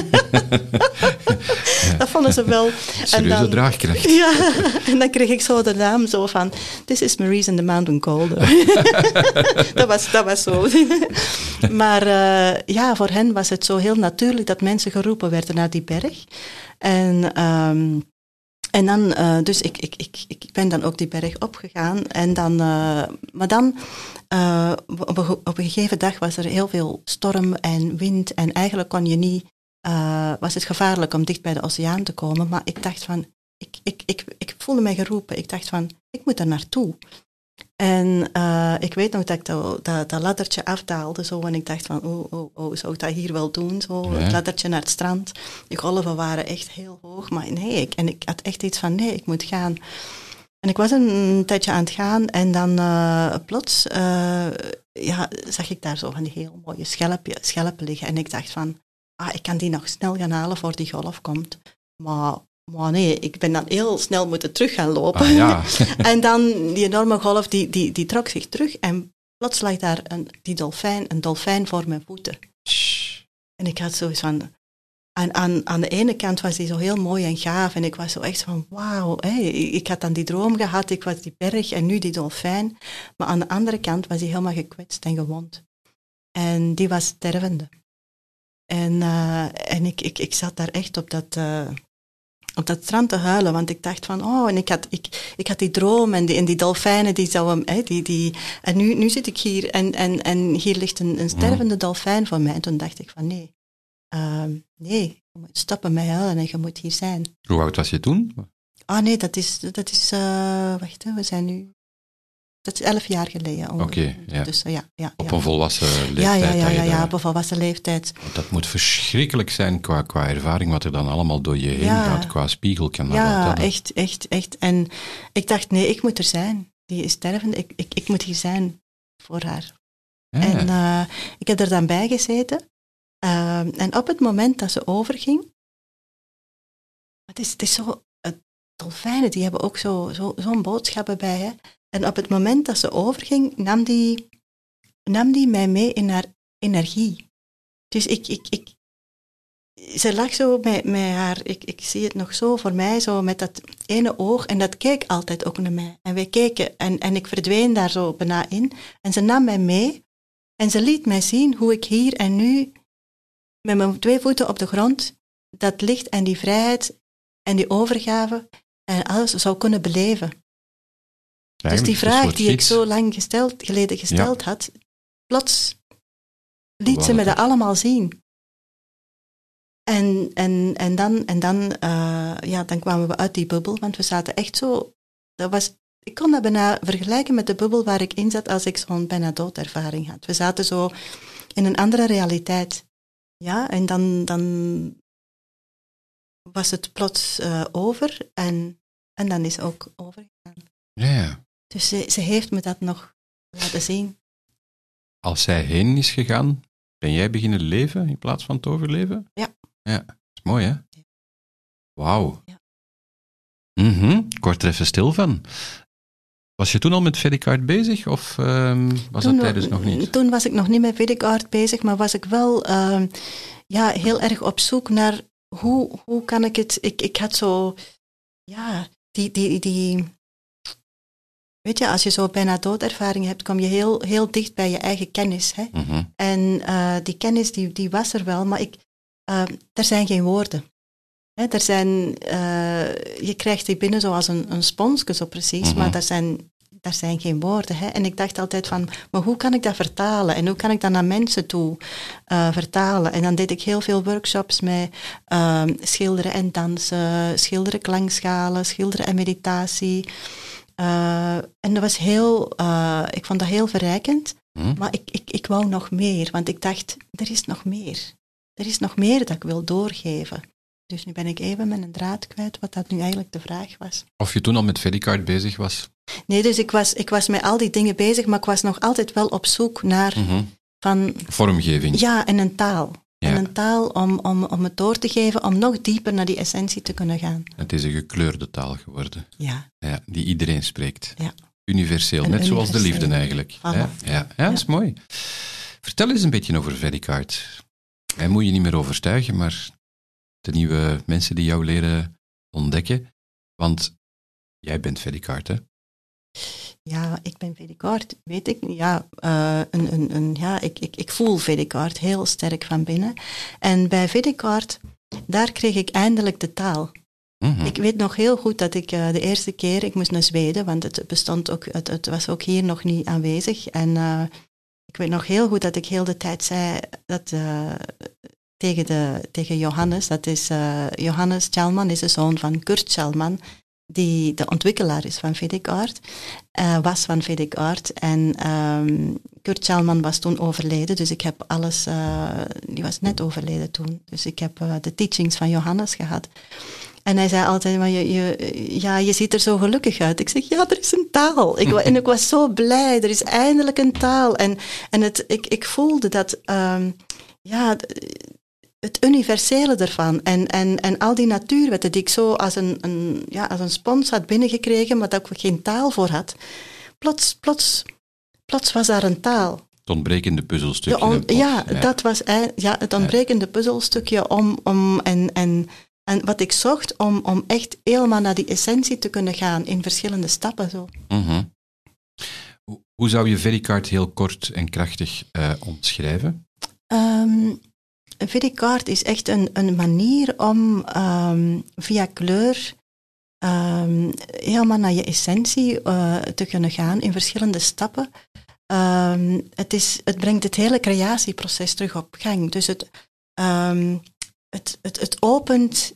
Ja. Dat vonden ze wel. Serieuze draagkracht. Ja, en dan kreeg ik zo de naam zo van, this is Maurice and the Mountain Calder. dat, was, dat was zo. Maar uh, ja, voor hen was het zo heel natuurlijk dat mensen geroepen werden naar die berg. En... Um, En dan, uh, dus ik, ik, ik, ik ben dan ook die berg opgegaan. En dan, uh, maar dan, uh, op, een, op een gegeven dag was er heel veel storm en wind. En eigenlijk kon je niet, uh, was het gevaarlijk om dicht bij de oceaan te komen. Maar ik dacht van, ik, ik, ik, ik voelde mij geroepen. Ik dacht van, ik moet er naartoe. En uh, ik weet nog dat ik dat, dat, dat laddertje afdaalde zo, en ik dacht van, oh, oh, oh, zou ik dat hier wel doen? Zo, ja. Het laddertje naar het strand. De golven waren echt heel hoog, maar nee, ik, en ik had echt iets van, nee, ik moet gaan. En ik was een tijdje aan het gaan en dan uh, plots uh, ja, zag ik daar zo van die heel mooie schelpen, schelpen liggen. En ik dacht van, ah, ik kan die nog snel gaan halen voor die golf komt. Maar... Maar nee, ik ben dan heel snel moeten terug gaan lopen. Ah, ja. En dan, die enorme golf, die, die, die trok zich terug. En plots lag daar een, die dolfijn, een dolfijn voor mijn voeten. Shh. En ik had zoiets van... Aan, aan, aan de ene kant was die zo heel mooi en gaaf. En ik was zo echt van, wauw. Hey, ik had dan die droom gehad, ik was die berg en nu die dolfijn. Maar aan de andere kant was hij helemaal gekwetst en gewond. En die was stervende. En, uh, en ik, ik, ik zat daar echt op dat, uh, op dat strand te huilen. Want ik dacht van, oh, en ik had, ik, ik had die droom en die, en die dolfijnen, die zouden... Hey, die, die, en nu, nu zit ik hier en, en, en hier ligt een, een stervende dolfijn voor mij. En toen dacht ik van, nee. Uh, nee, je moet stoppen met huilen en je moet hier zijn. Hoe oud was je toen? Ah nee, dat is, dat is uh, wacht, we zijn nu, dat is elf jaar geleden. Oké, okay, ja. Dus, uh, ja, ja. Op ja. een volwassen leeftijd. Ja, ja, ja, ja, ja daar... op een volwassen leeftijd. Dat moet verschrikkelijk zijn qua, qua ervaring, wat er dan allemaal door je heen ja. gaat, qua spiegelkanaal. Ja, echt, echt, echt. En ik dacht, nee, ik moet er zijn. Die is stervend, ik, ik, ik moet hier zijn voor haar. Ja. En uh, ik heb er dan bij gezeten. Uh, en op het moment dat ze overging, het is, het is zo, uh, dolfijnen die hebben ook zo, zo, zo'n boodschappen bij, hè. En op het moment dat ze overging, nam die, nam die mij mee in haar energie. Dus ik, ik, ik ze lag zo met, met haar, ik, ik zie het nog zo voor mij, zo met dat ene oog, en dat keek altijd ook naar mij. En wij keken, en, en ik verdween daar zo bijna in, en ze nam mij mee, en ze liet mij zien hoe ik hier en nu met mijn twee voeten op de grond, dat licht en die vrijheid en die overgave en alles zou kunnen beleven. Ja, dus die vraag die ik zo lang gesteld, geleden gesteld ja. had, plots liet ze me dat allemaal zien. En, en, en dan, en dan, uh, ja, dan kwamen we uit die bubbel, want we zaten echt zo... Dat was, ik kon dat bijna vergelijken met de bubbel waar ik in zat als ik zo'n bijna doodervaring had. We zaten zo in een andere realiteit. Ja, en dan, dan was het plots uh, over en, en dan is het ook overgegaan. Ja. Dus ze, ze heeft me dat nog laten zien. Als zij heen is gegaan, ben jij beginnen leven in plaats van te overleven? Ja. Ja, dat is mooi, hè? Ja. Wauw. Ja. Mm-hmm. Ik word er even stil van. Was je toen al met Vedicard bezig of um, was toen, dat tijdens nog niet? Toen was ik nog niet met Vedicard bezig, maar was ik wel uh, ja, heel erg op zoek naar hoe, hoe kan ik het... Ik, ik had zo... Ja, die, die, die... Weet je, als je zo bijna doodervaring hebt, kom je heel, heel dicht bij je eigen kennis. Hè? Mm-hmm. En uh, die kennis, die, die was er wel, maar ik, uh, er zijn geen woorden. Hè, er zijn, uh, je krijgt die binnen zoals een, een sponsje, zo precies, mm-hmm. maar er zijn, er zijn geen woorden. Hè. En ik dacht altijd van, maar hoe kan ik dat vertalen? En hoe kan ik dat naar mensen toe uh, vertalen? En dan deed ik heel veel workshops met uh, schilderen en dansen, schilderen klankschalen, schilderen en meditatie. Uh, en dat was heel, uh, ik vond dat heel verrijkend, mm. maar ik, ik, ik wou nog meer, want ik dacht, er is nog meer. Er is nog meer dat ik wil doorgeven. Dus nu ben ik even met een draad kwijt, wat dat nu eigenlijk de vraag was. Of je toen al met Vedicard bezig was? Nee, dus ik was, ik was met al die dingen bezig, maar ik was nog altijd wel op zoek naar... Mm-hmm. Van, vormgeving. Ja, en een taal. Ja. En een taal om, om, om het door te geven, om nog dieper naar die essentie te kunnen gaan. Het is een gekleurde taal geworden. Ja. Ja, die iedereen spreekt. Ja. Universeel, een net universeel. Zoals de liefde eigenlijk. Voilà. Ja, ja. ja, ja, dat is mooi. Vertel eens een beetje over Vedicard. Daar moet je niet meer overtuigen, maar de nieuwe mensen die jou leren ontdekken. Want jij bent Vedicard, hè? Ja, ik ben Vedicard, weet ik. Ja, uh, een, een, een, ja ik, ik, ik voel Vedicard heel sterk van binnen. En bij Vedicard, daar kreeg ik eindelijk de taal. Mm-hmm. Ik weet nog heel goed dat ik uh, de eerste keer, ik moest naar Zweden, want het bestond ook, het, het was ook hier nog niet aanwezig. En uh, ik weet nog heel goed dat ik heel de tijd zei dat uh, tegen, de, tegen Johannes, dat is uh, Johannes Chalman, is de zoon van Kurt Chalman, die de ontwikkelaar is van Vedicard, uh, was van Vedicard. En um, Kurt Chalman was toen overleden, dus ik heb alles, uh, die was net overleden toen, dus ik heb uh, de teachings van Johannes gehad. En hij zei altijd, maar je, je, ja, je ziet er zo gelukkig uit. Ik zeg, ja, er is een taal. Ik, en ik was zo blij, er is eindelijk een taal. En, en het, ik, ik voelde dat, um, ja... het universele ervan en, en, en al die natuurwetten die ik zo als een, een, ja, als een spons had binnengekregen, maar dat ik geen taal voor had. Plots, plots, plots was daar een taal. Het ontbrekende puzzelstukje. On, plots, ja, ja, dat was ja, het ontbrekende puzzelstukje om, om en, en, en wat ik zocht om, om echt helemaal naar die essentie te kunnen gaan in verschillende stappen. Zo. Mm-hmm. Hoe, hoe zou je Vericard heel kort en krachtig uh, omschrijven? Um, Vericard is echt een, een manier om um, via kleur um, helemaal naar je essentie uh, te kunnen gaan in verschillende stappen. Um, het, is, het brengt het hele creatieproces terug op gang. Dus het, um, het, het, het opent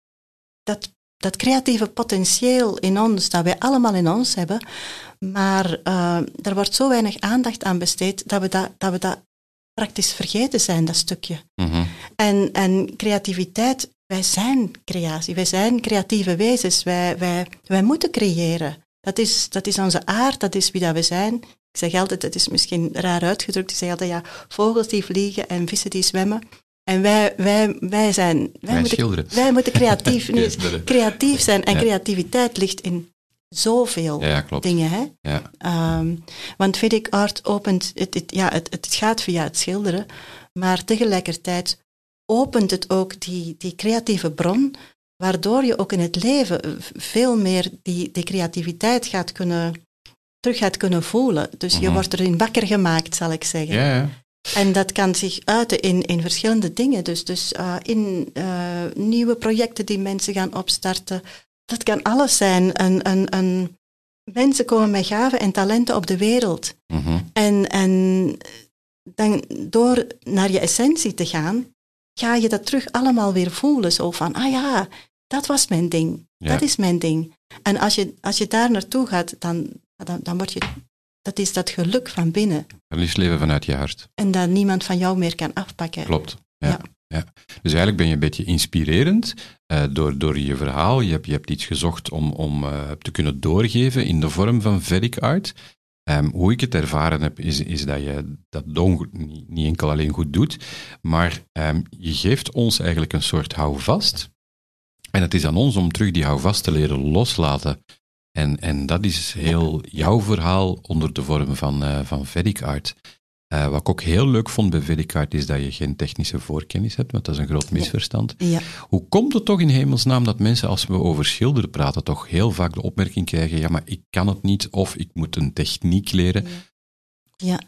dat, dat creatieve potentieel in ons, dat wij allemaal in ons hebben, maar uh, er wordt zo weinig aandacht aan besteed dat we dat, dat, we dat praktisch vergeten zijn, dat stukje. Mm-hmm. En, en creativiteit, wij zijn creatie, wij zijn creatieve wezens, wij, wij, wij moeten creëren. Dat is, dat is onze aard, dat is wie dat we zijn. Ik zeg altijd, het is misschien raar uitgedrukt, ik zeg altijd, ja, vogels die vliegen en vissen die zwemmen. En wij, wij, wij zijn... Wij, wij moeten, schilderen. Wij moeten creatief, nee, creatief zijn. En ja. creativiteit ligt in zoveel ja, klopt. dingen. Hè? Ja. Um, want Vedic art opent... Het, het, ja, het, het gaat via het schilderen, maar tegelijkertijd opent het ook die, die creatieve bron, waardoor je ook in het leven veel meer die, die creativiteit gaat kunnen, terug gaat kunnen voelen. Dus mm-hmm. je wordt erin wakker gemaakt, zal ik zeggen. Ja, ja. En dat kan zich uiten in, in verschillende dingen. Dus, dus uh, in uh, nieuwe projecten die mensen gaan opstarten. Dat kan alles zijn. Een, een, een, mensen komen met gaven en talenten op de wereld. Mm-hmm. En, en dan, door naar je essentie te gaan, ga je dat terug allemaal weer voelen. Zo van, ah ja, dat was mijn ding. Ja. Dat is mijn ding. En als je, als je daar naartoe gaat, dan, dan, dan word je... Dat is dat geluk van binnen. Dan is leven vanuit je hart. En dat niemand van jou meer kan afpakken. Klopt. Ja, ja. ja. Dus eigenlijk ben je een beetje inspirerend uh, door, door je verhaal. Je hebt, je hebt iets gezocht om, om uh, te kunnen doorgeven in de vorm van Vedic art. Um, hoe ik het ervaren heb, is, is dat je dat don, niet, niet enkel alleen goed doet, maar um, je geeft ons eigenlijk een soort houvast. En het is aan ons om terug die houvast te leren loslaten. En, en dat is heel jouw verhaal onder de vorm van, uh, van Vedic art. Uh, wat ik ook heel leuk vond bij Vedic art is dat je geen technische voorkennis hebt, want dat is een groot misverstand. Ja. Ja. Hoe komt het toch in hemelsnaam dat mensen, als we over schilderen praten, toch heel vaak de opmerking krijgen, ja, maar ik kan het niet, of ik moet een techniek leren. Ja,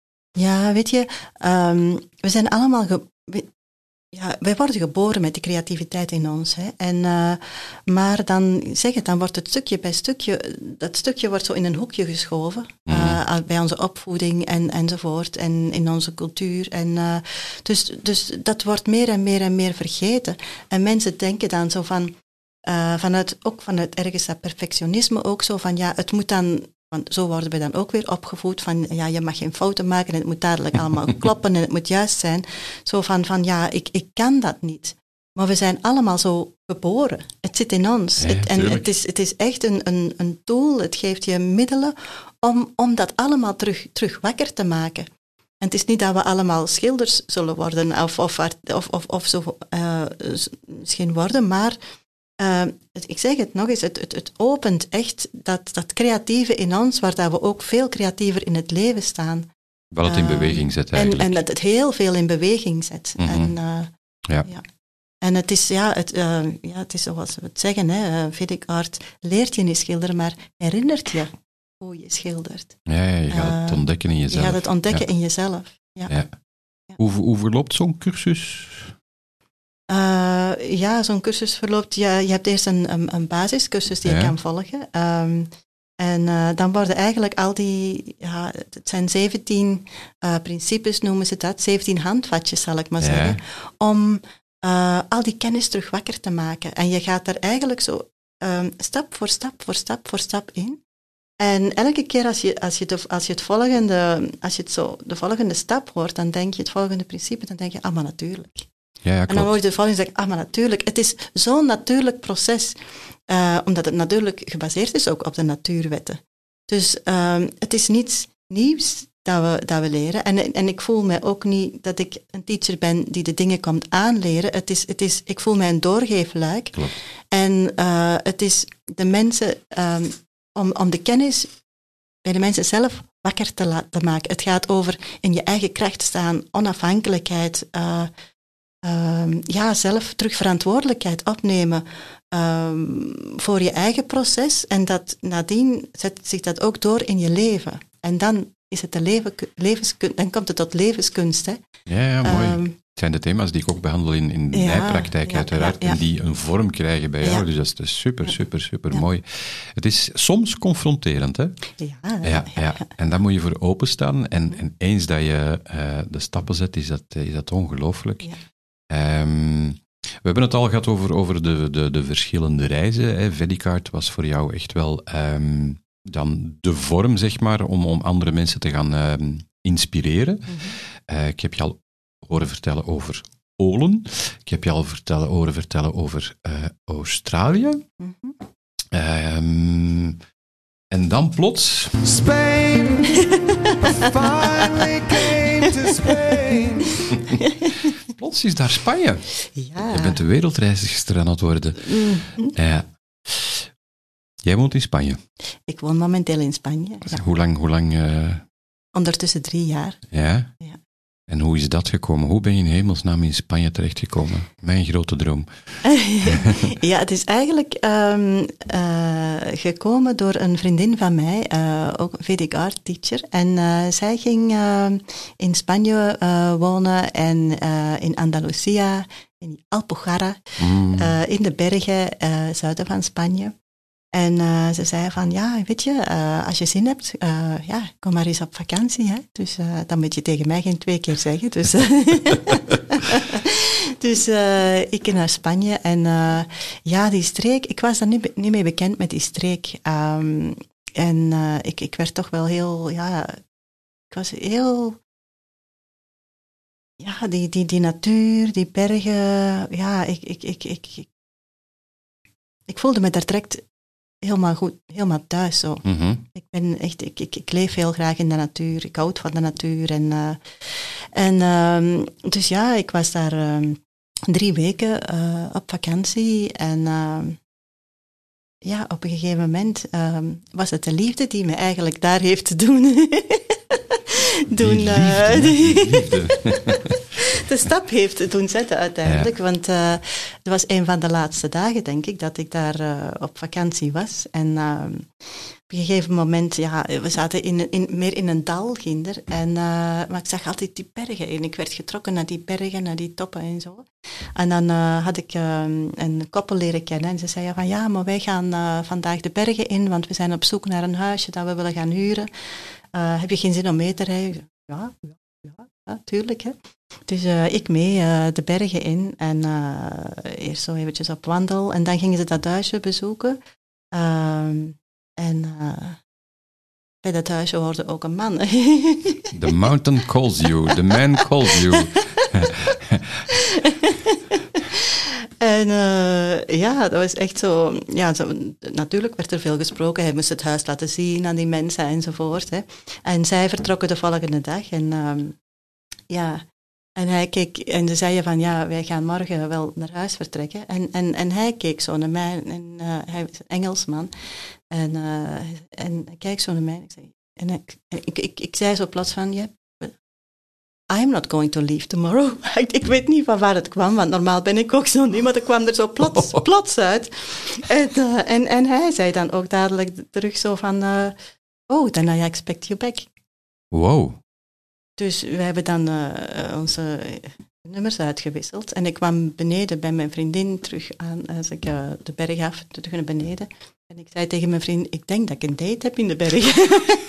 ja weet je, um, we zijn allemaal... Ge- we, Ja, wij worden geboren met die creativiteit in ons. Hè. En, uh, maar dan, zeg het, dan wordt het stukje bij stukje, dat stukje wordt zo in een hoekje geschoven. Mm. Uh, bij onze opvoeding en, enzovoort. En in onze cultuur. En, uh, dus, dus dat wordt meer en meer en meer vergeten. En mensen denken dan zo van, uh, vanuit, ook vanuit ergens dat perfectionisme ook zo van, ja, het moet dan... Want zo worden we dan ook weer opgevoed van, ja, je mag geen fouten maken en het moet dadelijk allemaal kloppen en het moet juist zijn. Zo van, van ja, ik, ik kan dat niet. Maar we zijn allemaal zo geboren. Het zit in ons. Ja, het, en het is, het is echt een, een, een tool, het geeft je middelen om, om dat allemaal terug, terug wakker te maken. En het is niet dat we allemaal schilders zullen worden of, of, of, of, of zo uh, misschien worden, maar... Uh, ik zeg het nog eens, het, het, het opent echt dat, dat creatieve in ons, waar dat we ook veel creatiever in het leven staan. Wat het in uh, beweging zet eigenlijk. En, en dat het heel veel in beweging zet. Mm-hmm. En, uh, ja. ja. en het is, ja, het, uh, ja, het is zoals we het zeggen, hè, uh, Vedic art leert je niet schilderen, maar herinnert je hoe je schildert. Ja, ja je gaat uh, het ontdekken in jezelf. Je gaat het ontdekken ja. in jezelf. Ja. Ja. Ja. Hoe, hoe verloopt zo'n cursus? Uh, ja, zo'n cursus verloopt... Ja, je hebt eerst een, een, een basiscursus die ja. je kan volgen. Um, en uh, dan worden eigenlijk al die... Ja, het zijn zeventien uh, principes, noemen ze dat. zeventien handvatjes, zal ik maar ja. zeggen. Om uh, al die kennis terug wakker te maken. En je gaat er eigenlijk zo um, stap voor stap voor stap voor stap in. En elke keer als je, als je, de, als je, het volgende, als je het zo, de volgende stap hoort, dan denk je het volgende principe, dan denk je, ah, maar natuurlijk. Ja, ja, en dan hoor je de volgende zeggen, ah, maar natuurlijk. Het is zo'n natuurlijk proces, uh, omdat het natuurlijk gebaseerd is ook op de natuurwetten. Dus uh, het is niets nieuws dat we, dat we leren. En, en ik voel mij ook niet dat ik een teacher ben die de dingen komt aanleren. Het is, het is, ik voel mij een doorgeefluik. Klopt. En uh, het is de mensen, um, om, om de kennis bij de mensen zelf wakker te laten maken. Het gaat over in je eigen kracht staan, onafhankelijkheid, uh, um, ja, zelf terug verantwoordelijkheid opnemen um, voor je eigen proces. En dat nadien zet zich dat ook door in je leven. En dan is het de leven, levenskunst, dan komt het tot levenskunst. Hè. Ja, ja, mooi. Um, het zijn de thema's die ik ook behandel in, in ja, mijn praktijk, ja, uiteraard, ja, ja. en die een vorm krijgen bij jou. Ja. Dus dat is super, super, super Ja. mooi. Het is soms confronterend, hè? Ja, Ja, ja. En daar moet je voor openstaan. En, en eens dat je uh, de stappen zet, is dat, is dat ongelooflijk. Ja. Um, we hebben het al gehad over, over de, de, de verschillende reizen. Hè. Vedicard was voor jou echt wel um, dan de vorm, zeg maar, om, om andere mensen te gaan um, inspireren. Mm-hmm. Uh, ik heb je al horen vertellen over Olen. Ik heb je al vertellen, horen vertellen over uh, Australië. Mm-hmm. Um, en dan plots... Spain, I finally came to Spain. Plots is daar Spanje. Ja. Je bent de wereldreisster aan het worden. Mm-hmm. Ja. Jij woont in Spanje. Ik woon momenteel in Spanje. Ja. Hoe lang? Hoe lang uh... Ondertussen drie jaar. Ja? Ja. En hoe is dat gekomen? Hoe ben je in hemelsnaam in Spanje terechtgekomen? Mijn grote droom. Ja, het is eigenlijk um, uh, gekomen door een vriendin van mij, uh, ook een Vedic art teacher. En uh, zij ging uh, in Spanje uh, wonen en uh, in Andalusia, in Alpujarra, mm. uh, in de bergen, uh, zuiden van Spanje. En uh, ze zei van, ja, weet je, uh, als je zin hebt, uh, ja, kom maar eens op vakantie. Hè? Dus uh, dan moet je tegen mij geen twee keer zeggen. Dus, dus uh, ik ging naar Spanje en uh, ja, die streek, ik was daar niet, niet mee bekend met die streek. Um, en uh, ik, ik werd toch wel heel, ja, ik was heel... Ja, die, die, die natuur, die bergen, ja, ik, ik, ik, ik, ik, ik voelde me daar direct... helemaal goed, helemaal thuis zo. Mm-hmm. Ik ben echt, ik, ik, ik leef heel graag in de natuur. Ik houd van de natuur. En, uh, en uh, dus ja, ik was daar uh, drie weken uh, op vakantie. En uh, ja, op een gegeven moment uh, was het de liefde die me eigenlijk daar heeft te doen. doen die uh, liefde, die die liefde. de stap heeft doen zetten uiteindelijk. Ja. Want uh, het was een van de laatste dagen, denk ik, dat ik daar uh, op vakantie was. En uh, op een gegeven moment, ja, we zaten in, in, meer in een dal, ginder. En, uh, maar ik zag altijd die bergen en ik werd getrokken naar die bergen, naar die toppen en zo. En dan uh, had ik uh, een koppel leren kennen en ze zeiden van, ja, maar wij gaan uh, vandaag de bergen in, want we zijn op zoek naar een huisje dat we willen gaan huren. Uh, heb je geen zin om mee te rijden? Ja, ja, ja, ja tuurlijk, hè. Dus uh, ik mee uh, de bergen in en uh, eerst zo eventjes op wandel en dan gingen ze dat huisje bezoeken. Uh, en uh, bij dat huisje hoorde ook een man. The mountain calls you, the man calls you. En uh, ja, dat was echt zo, ja, zo... Natuurlijk werd er veel gesproken. Hij moest het huis laten zien aan die mensen enzovoort. Hè. En zij vertrokken de volgende dag. En uh, ja... En hij keek, en ze zeiden van, ja, wij gaan morgen wel naar huis vertrekken. En, en, en hij keek zo naar mij, en uh, hij is een Engelsman. En, uh, en hij keek zo naar mij. En ik zei, en ik, ik, ik, ik zei zo plots van, yeah, I'm not going to leave tomorrow. ik, ik weet niet van waar het kwam, want normaal ben ik ook zo niet, maar dat kwam er zo plots, plots uit. En, uh, en, en hij zei dan ook dadelijk terug zo van, uh, oh, then I expect you back. Wow. Dus we hebben dan uh, onze nummers uitgewisseld. En ik kwam beneden bij mijn vriendin terug aan, als ik uh, de berg af, terug naar beneden. En ik zei tegen mijn vriend, ik denk dat ik een date heb in de bergen.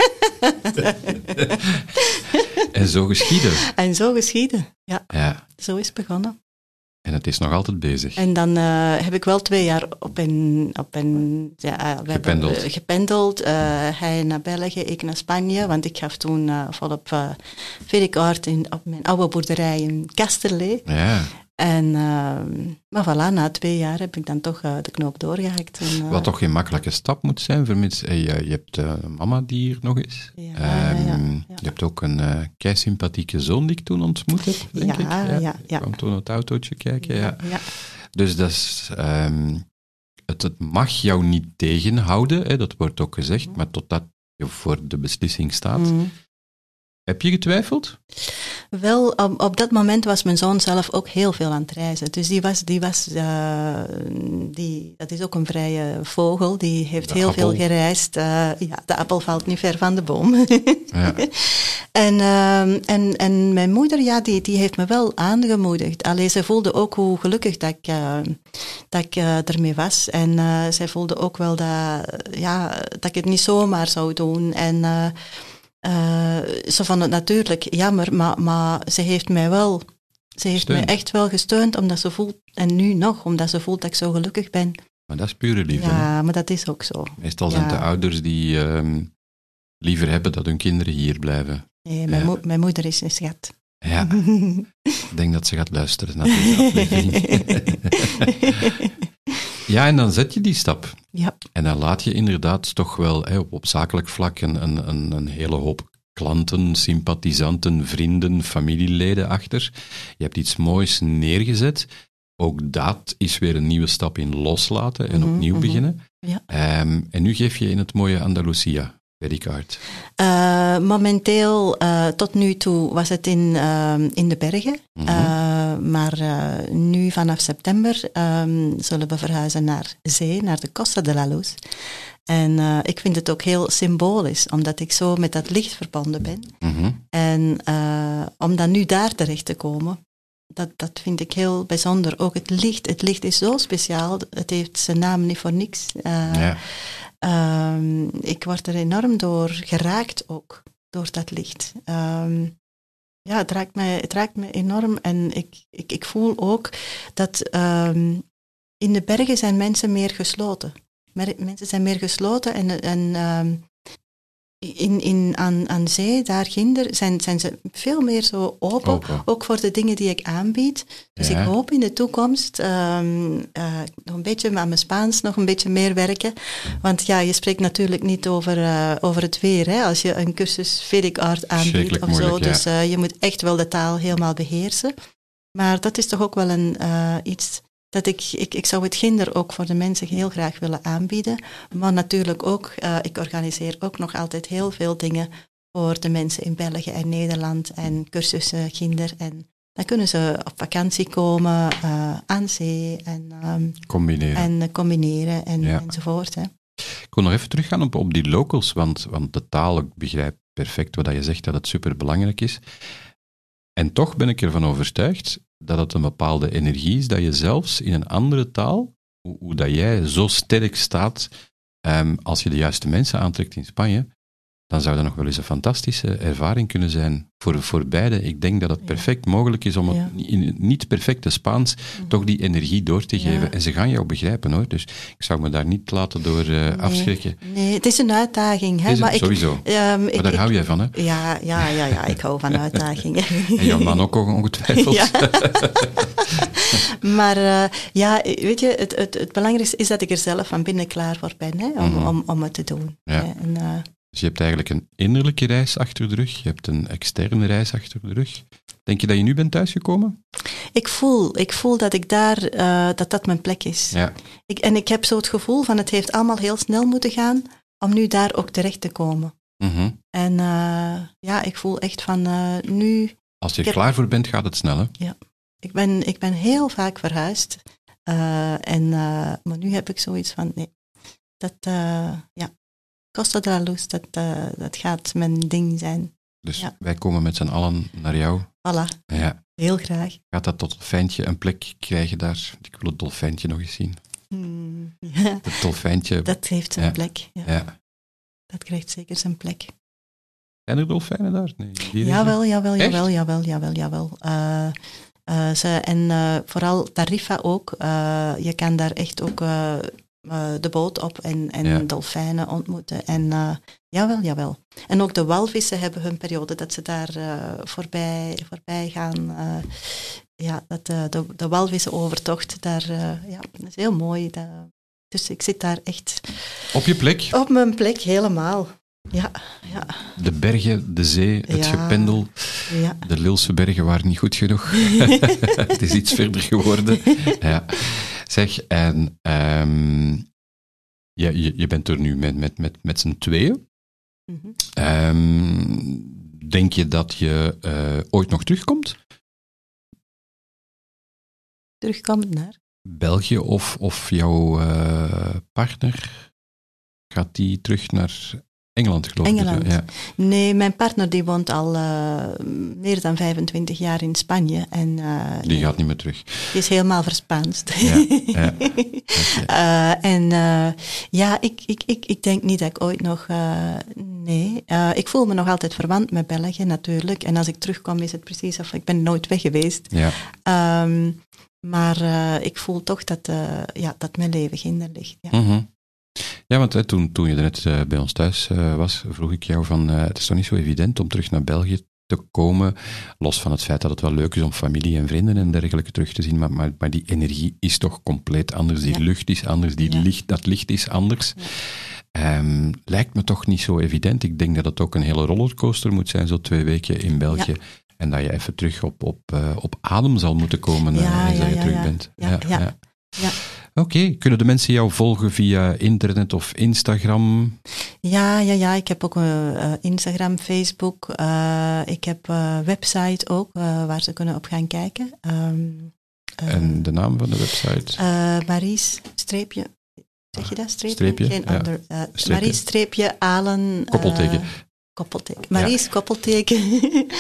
En zo geschieden. En zo geschieden, ja. ja. Zo is het begonnen. En het is nog altijd bezig. En dan uh, heb ik wel twee jaar op en... Op en ja, we gependeld. Hebben, uh, gependeld. Uh, hij naar België, ik naar Spanje. Want ik gaf toen uh, volop uh, Vedic art in, op mijn oude boerderij in Kasterlee. Ja. En, uh, maar voilà, na twee jaar heb ik dan toch uh, de knoop doorgehakt. En, uh, Wat toch geen makkelijke stap moet zijn, vermits hey, uh, je hebt uh, mama die hier nog is. Ja, um, ja, ja, ja. Je hebt ook een uh, kei sympathieke zoon die ik toen ontmoet heb, denk ja, ik. Ja, ja, ja. Ik kwam toen het autootje kijken, ja. ja. ja. Dus dat is, um, het, het mag jou niet tegenhouden, hè, dat wordt ook gezegd, maar tot dat je voor de beslissing staat. Mm. Heb je getwijfeld? Wel, op, op dat moment was mijn zoon zelf ook heel veel aan het reizen. Dus die was, die was uh, die, dat is ook een vrije vogel, die heeft De heel appel. veel gereisd. Uh, ja, de appel valt niet ver van de boom. Ja. en, uh, en, en mijn moeder, ja, die, die heeft me wel aangemoedigd. Allee, ze voelde ook hoe gelukkig dat ik, uh, dat ik uh, ermee was. En uh, zij voelde ook wel dat, ja, dat ik het niet zomaar zou doen. En... Uh, Uh, ze vond het natuurlijk jammer, maar, maar ze heeft mij wel, ze heeft Steun. mij echt wel gesteund, omdat ze voelt, en nu nog, omdat ze voelt dat ik zo gelukkig ben. Maar dat is pure liefde. hè? Ja, maar dat is ook zo. Meestal zijn Ja. het de ouders die ehm, liever hebben dat hun kinderen hier blijven. Nee, mijn, Ja. mo- mijn moeder is een schat. Ja, ik denk dat ze gaat luisteren naar deze aflevering. Ja, en dan zet je die stap. Ja, En dan laat je inderdaad toch wel hè, op, op zakelijk vlak een, een, een, een hele hoop klanten, sympathisanten, vrienden, familieleden achter. Je hebt iets moois neergezet. Ook dat is weer een nieuwe stap in loslaten en Mhm, opnieuw mhm. beginnen. Ja. Ehm, en nu geef je in het mooie Andalusia werkkaart. Uh, momenteel, uh, tot nu toe, was het in, uh, in de bergen. Mhm. Uh, maar uh, nu vanaf september um, zullen we verhuizen naar zee, naar de Costa de la Luz. En uh, ik vind het ook heel symbolisch, omdat ik zo met dat licht verbonden ben. Mhm. En uh, om dan nu daar terecht te komen, dat, dat vind ik heel bijzonder. Ook het licht, het licht is zo speciaal, het heeft zijn naam niet voor niks. Uh, Ja. Um, ik word er enorm door geraakt ook, door dat licht. Um, ja, het raakt mij, het raakt mij enorm en ik, ik, ik voel ook dat um, in de bergen zijn mensen meer gesloten. Mer- mensen zijn meer gesloten en, en um, in, in, aan, aan zee, daar ginder, zijn, zijn ze veel meer zo open, Open. ook voor de dingen die ik aanbied. Dus Ja. ik hoop in de toekomst um, uh, nog een beetje aan mijn Spaans nog een beetje meer werken. Want ja, je spreekt natuurlijk niet over, uh, over het weer, hè, als je een cursus Vedic Art aanbiedt Schrikkelijk of zo. moeilijk, ja. Dus uh, je moet echt wel de taal helemaal beheersen. Maar dat is toch ook wel een, uh, iets dat ik, ik, ik zou het ginder ook voor de mensen heel graag willen aanbieden. Maar natuurlijk ook, uh, ik organiseer ook nog altijd heel veel dingen voor de mensen in België en Nederland en cursussen ginder. En dan kunnen ze op vakantie komen, uh, aan zee en, um, Combineren. en uh, combineren en, Ja. enzovoort. Hè. Ik wil nog even teruggaan op, op die locals, want, want de taal, ik begrijp perfect wat je zegt, dat het superbelangrijk is. En toch ben ik ervan overtuigd dat het een bepaalde energie is, dat je zelfs in een andere taal, hoe, hoe dat jij zo sterk staat, um, als je de juiste mensen aantrekt in Spanje, dan zou dat nog wel eens een fantastische ervaring kunnen zijn voor, voor beide. Ik denk dat het Ja. perfect mogelijk is om het Ja. in het niet perfecte Spaans Mhm. toch die energie door te Ja. geven. En ze gaan jou begrijpen hoor, dus ik zou me daar niet laten door uh, afschrikken. Nee, het is een uitdaging. Hè? Is het, maar ik, sowieso. um, Maar ik, daar ik- hou jij van, hè? Ja, ja, ja, ja, ik hou van uitdagingen. En jouw man ook ongetwijfeld. Ja. Maar uh, ja, weet je, het, het, het belangrijkste is dat ik er zelf van binnen klaar voor ben, hè, om, Mhm. om, om het te doen. Ja. Hè. En, uh, Dus je hebt eigenlijk een innerlijke reis achter de rug, je hebt een externe reis achter de rug. Denk je dat je nu bent thuisgekomen? ik, voel, ik voel dat ik daar, uh, dat dat mijn plek is. Ja. Ik, en ik heb zo het gevoel van het heeft allemaal heel snel moeten gaan om nu daar ook terecht te komen. Mhm. En uh, ja, ik voel echt van uh, nu... Als je er Ik heb- klaar voor bent, gaat het snel, hè? Ik ben, ik ben heel vaak verhuisd. Uh, en, uh, maar nu heb ik zoiets van, nee, dat, uh, ja, Costa de la Luz, dat, uh, dat gaat mijn ding zijn. Dus Ja. wij komen met z'n allen naar jou. Voilà, Ja. heel graag. Gaat dat dolfijntje een plek krijgen daar? Ik wil het dolfijntje nog eens zien. Hmm, ja, Het dolfijntje, dat heeft zijn Ja. plek. Ja. ja. Dat krijgt zeker zijn plek. Zijn er dolfijnen daar? Nee, die regio? Jawel, jawel, Echt? jawel, jawel, jawel, jawel. Uh, uh, ze, en uh, vooral Tarifa ook. Uh, je kan daar echt ook uh, uh, de boot op en, en Ja. dolfijnen ontmoeten. En uh, jawel, jawel. En ook de walvissen hebben hun periode dat ze daar uh, voorbij, voorbij gaan. Uh, ja, dat, uh, de, de walvissenovertocht, daar, uh, ja, dat is heel mooi. Dat, dus ik zit daar echt Op je plek, op mijn plek helemaal. Ja, ja, de bergen, de zee, het Ja. gependel. ja. De Lilse bergen waren niet goed genoeg. Het is iets verder geworden. Ja. Zeg, en um, ja, je, je bent er nu met, met, met, met z'n tweeën. Mm-hmm. Um, denk je dat je uh, ooit nog terugkomt? Terugkomt naar? België of, of jouw uh, partner? Gaat die terug naar Engeland, geloof ik? Engeland. Ja. Nee, mijn partner die woont al uh, meer dan vijfentwintig jaar in Spanje. En, uh, die nee, gaat niet meer terug. Die is helemaal verspaanst. Ja, ja. Okay. uh, en uh, ja, ik, ik, ik, ik denk niet dat ik ooit nog... Uh, nee, uh, ik voel me nog altijd verwant met België natuurlijk. En als ik terugkom is het precies of ik ben nooit weg geweest. Ja. Um, maar uh, ik voel toch dat, uh, ja, dat mijn leven ginder ligt. Ja. Mm-hmm. Ja, want hè, toen, toen je net uh, bij ons thuis uh, was, vroeg ik jou van, uh, het is toch niet zo evident om terug naar België te komen, los van het feit dat het wel leuk is om familie en vrienden en dergelijke terug te zien, maar, maar, maar die energie is toch compleet anders, die ja. lucht is anders, die ja. licht, dat licht is anders. Ja. Um, lijkt me toch niet zo evident. Ik denk dat het ook een hele rollercoaster moet zijn, zo twee weken in België. Ja. En dat je even terug op, op, uh, op adem zal moeten komen ja, uh, eens ja, dat je ja, terug ja. bent. Ja, ja. ja. ja. ja. Oké, okay. Kunnen de mensen jou volgen via internet of Instagram? Ja, ja, ja. Ik heb ook uh, Instagram, Facebook. Uh, ik heb een uh, website ook, uh, waar ze kunnen op gaan kijken. Um, uh, en de naam van de website? Uh, Maries, streepje, zeg je dat? Streepje? Streepje, Geen ja. ander. Uh, Maries, streepje, Alen... Koppelteken. Uh, koppelteken. Maries, ja. koppelteken,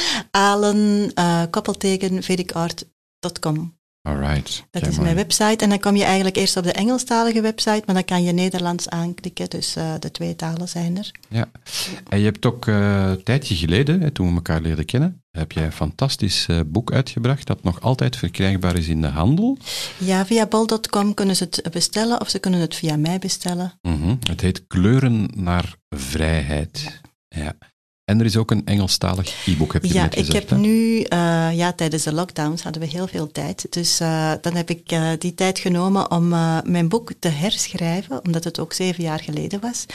Alen, uh, koppelteken, vedicart punt com. Alright. Dat Kijk is maar. mijn website. En dan kom je eigenlijk eerst op de Engelstalige website, maar dan kan je Nederlands aanklikken. Dus uh, de twee talen zijn er. Ja. En je hebt ook uh, een tijdje geleden, hè, toen we elkaar leerden kennen, heb jij een fantastisch uh, boek uitgebracht dat nog altijd verkrijgbaar is in de handel. Ja, via bol punt com kunnen ze het bestellen of ze kunnen het via mij bestellen. Mm-hmm. Het heet Kleuren naar Vrijheid. Ja. ja. En er is ook een Engelstalig e-book, heb je ja, net gezegd. Ja, ik heb hè? nu, uh, ja, tijdens de lockdowns hadden we heel veel tijd. Dus uh, dan heb ik uh, die tijd genomen om uh, mijn boek te herschrijven, omdat het ook zeven jaar geleden was.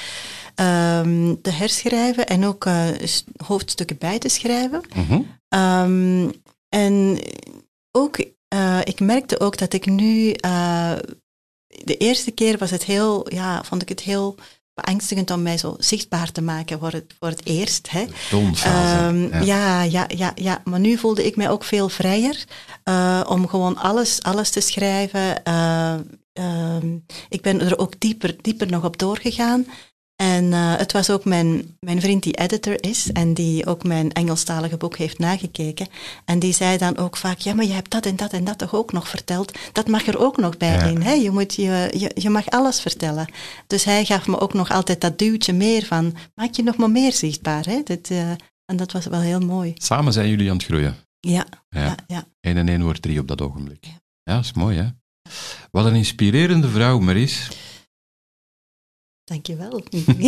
Um, te herschrijven en ook uh, hoofdstukken bij te schrijven. Mm-hmm. Um, en ook, uh, ik merkte ook dat ik nu, uh, de eerste keer was het heel, ja, vond ik het heel... beangstigend om mij zo zichtbaar te maken voor het, voor het eerst. Hè. Toonfase. Um, ja. Ja, ja, ja, ja, maar nu voelde ik mij ook veel vrijer uh, om gewoon alles, alles te schrijven. Uh, uh, ik ben er ook dieper, dieper nog op doorgegaan. En uh, het was ook mijn, mijn vriend die editor is en die ook mijn Engelstalige boek heeft nagekeken. En die zei dan ook vaak, ja, maar je hebt dat en dat en dat toch ook nog verteld. Dat mag er ook nog bij ja. in. Hè? Je, moet, je, je, je mag alles vertellen. Dus hij gaf me ook nog altijd dat duwtje meer van, maak je nog maar meer zichtbaar. Hè? Dat, uh, en dat was wel heel mooi. Samen zijn jullie aan het groeien. Ja. ja. ja, ja. Eén en één wordt drie op dat ogenblik. Ja, ja, dat is mooi, hè? Wat een inspirerende vrouw, Maries. Dankjewel.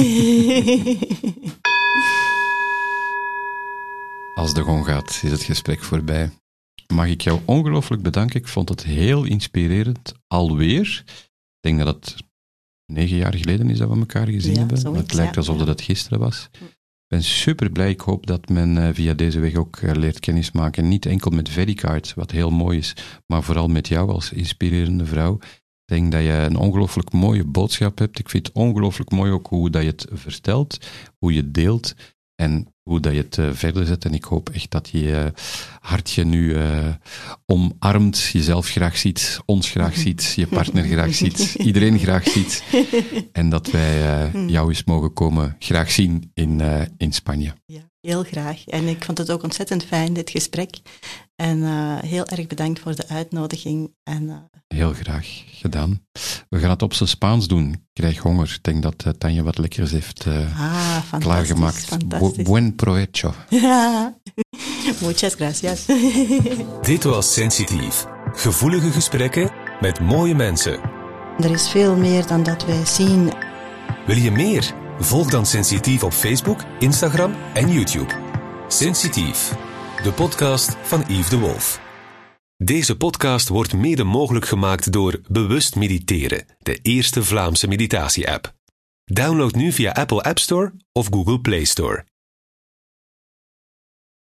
Als de gong gaat, is het gesprek voorbij. Mag ik jou ongelooflijk bedanken. Ik vond het heel inspirerend. Alweer. Ik denk dat het negen jaar geleden is dat we elkaar gezien ja, hebben. Zoiets, het lijkt ja, alsof ja. dat het gisteren was. Ik ben super blij. Ik hoop dat men uh, via deze weg ook uh, leert kennismaken. Niet enkel met Vedicart, wat heel mooi is, maar vooral met jou als inspirerende vrouw. Ik denk dat je een ongelooflijk mooie boodschap hebt. Ik vind het ongelooflijk mooi ook hoe dat je het vertelt, hoe je het deelt en hoe dat je het uh, verder zet. En ik hoop echt dat je uh, hartje nu uh, omarmt, jezelf graag ziet, ons graag ziet, je partner graag ziet, iedereen graag ziet. En dat wij uh, jou eens mogen komen graag zien in, uh, in Spanje. Ja, heel graag. En ik vond het ook ontzettend fijn, dit gesprek. En uh, heel erg bedankt voor de uitnodiging. En, uh, heel graag gedaan. We gaan het op zijn Spaans doen. Ik krijg honger. Ik denk dat uh, Tanja wat lekkers heeft uh, ah, fantastisch, klaargemaakt. Fantastisch. Bu- buen provecho. Muchas gracias. Dit was Sensitief. Gevoelige gesprekken met mooie mensen. Er is veel meer dan dat wij zien. Wil je meer? Volg dan Sensitief op Facebook, Instagram en YouTube. Sensitief, de podcast van Yves de Wolf. Deze podcast wordt mede mogelijk gemaakt door Bewust Mediteren, de eerste Vlaamse meditatie-app. Download nu via Apple App Store of Google Play Store.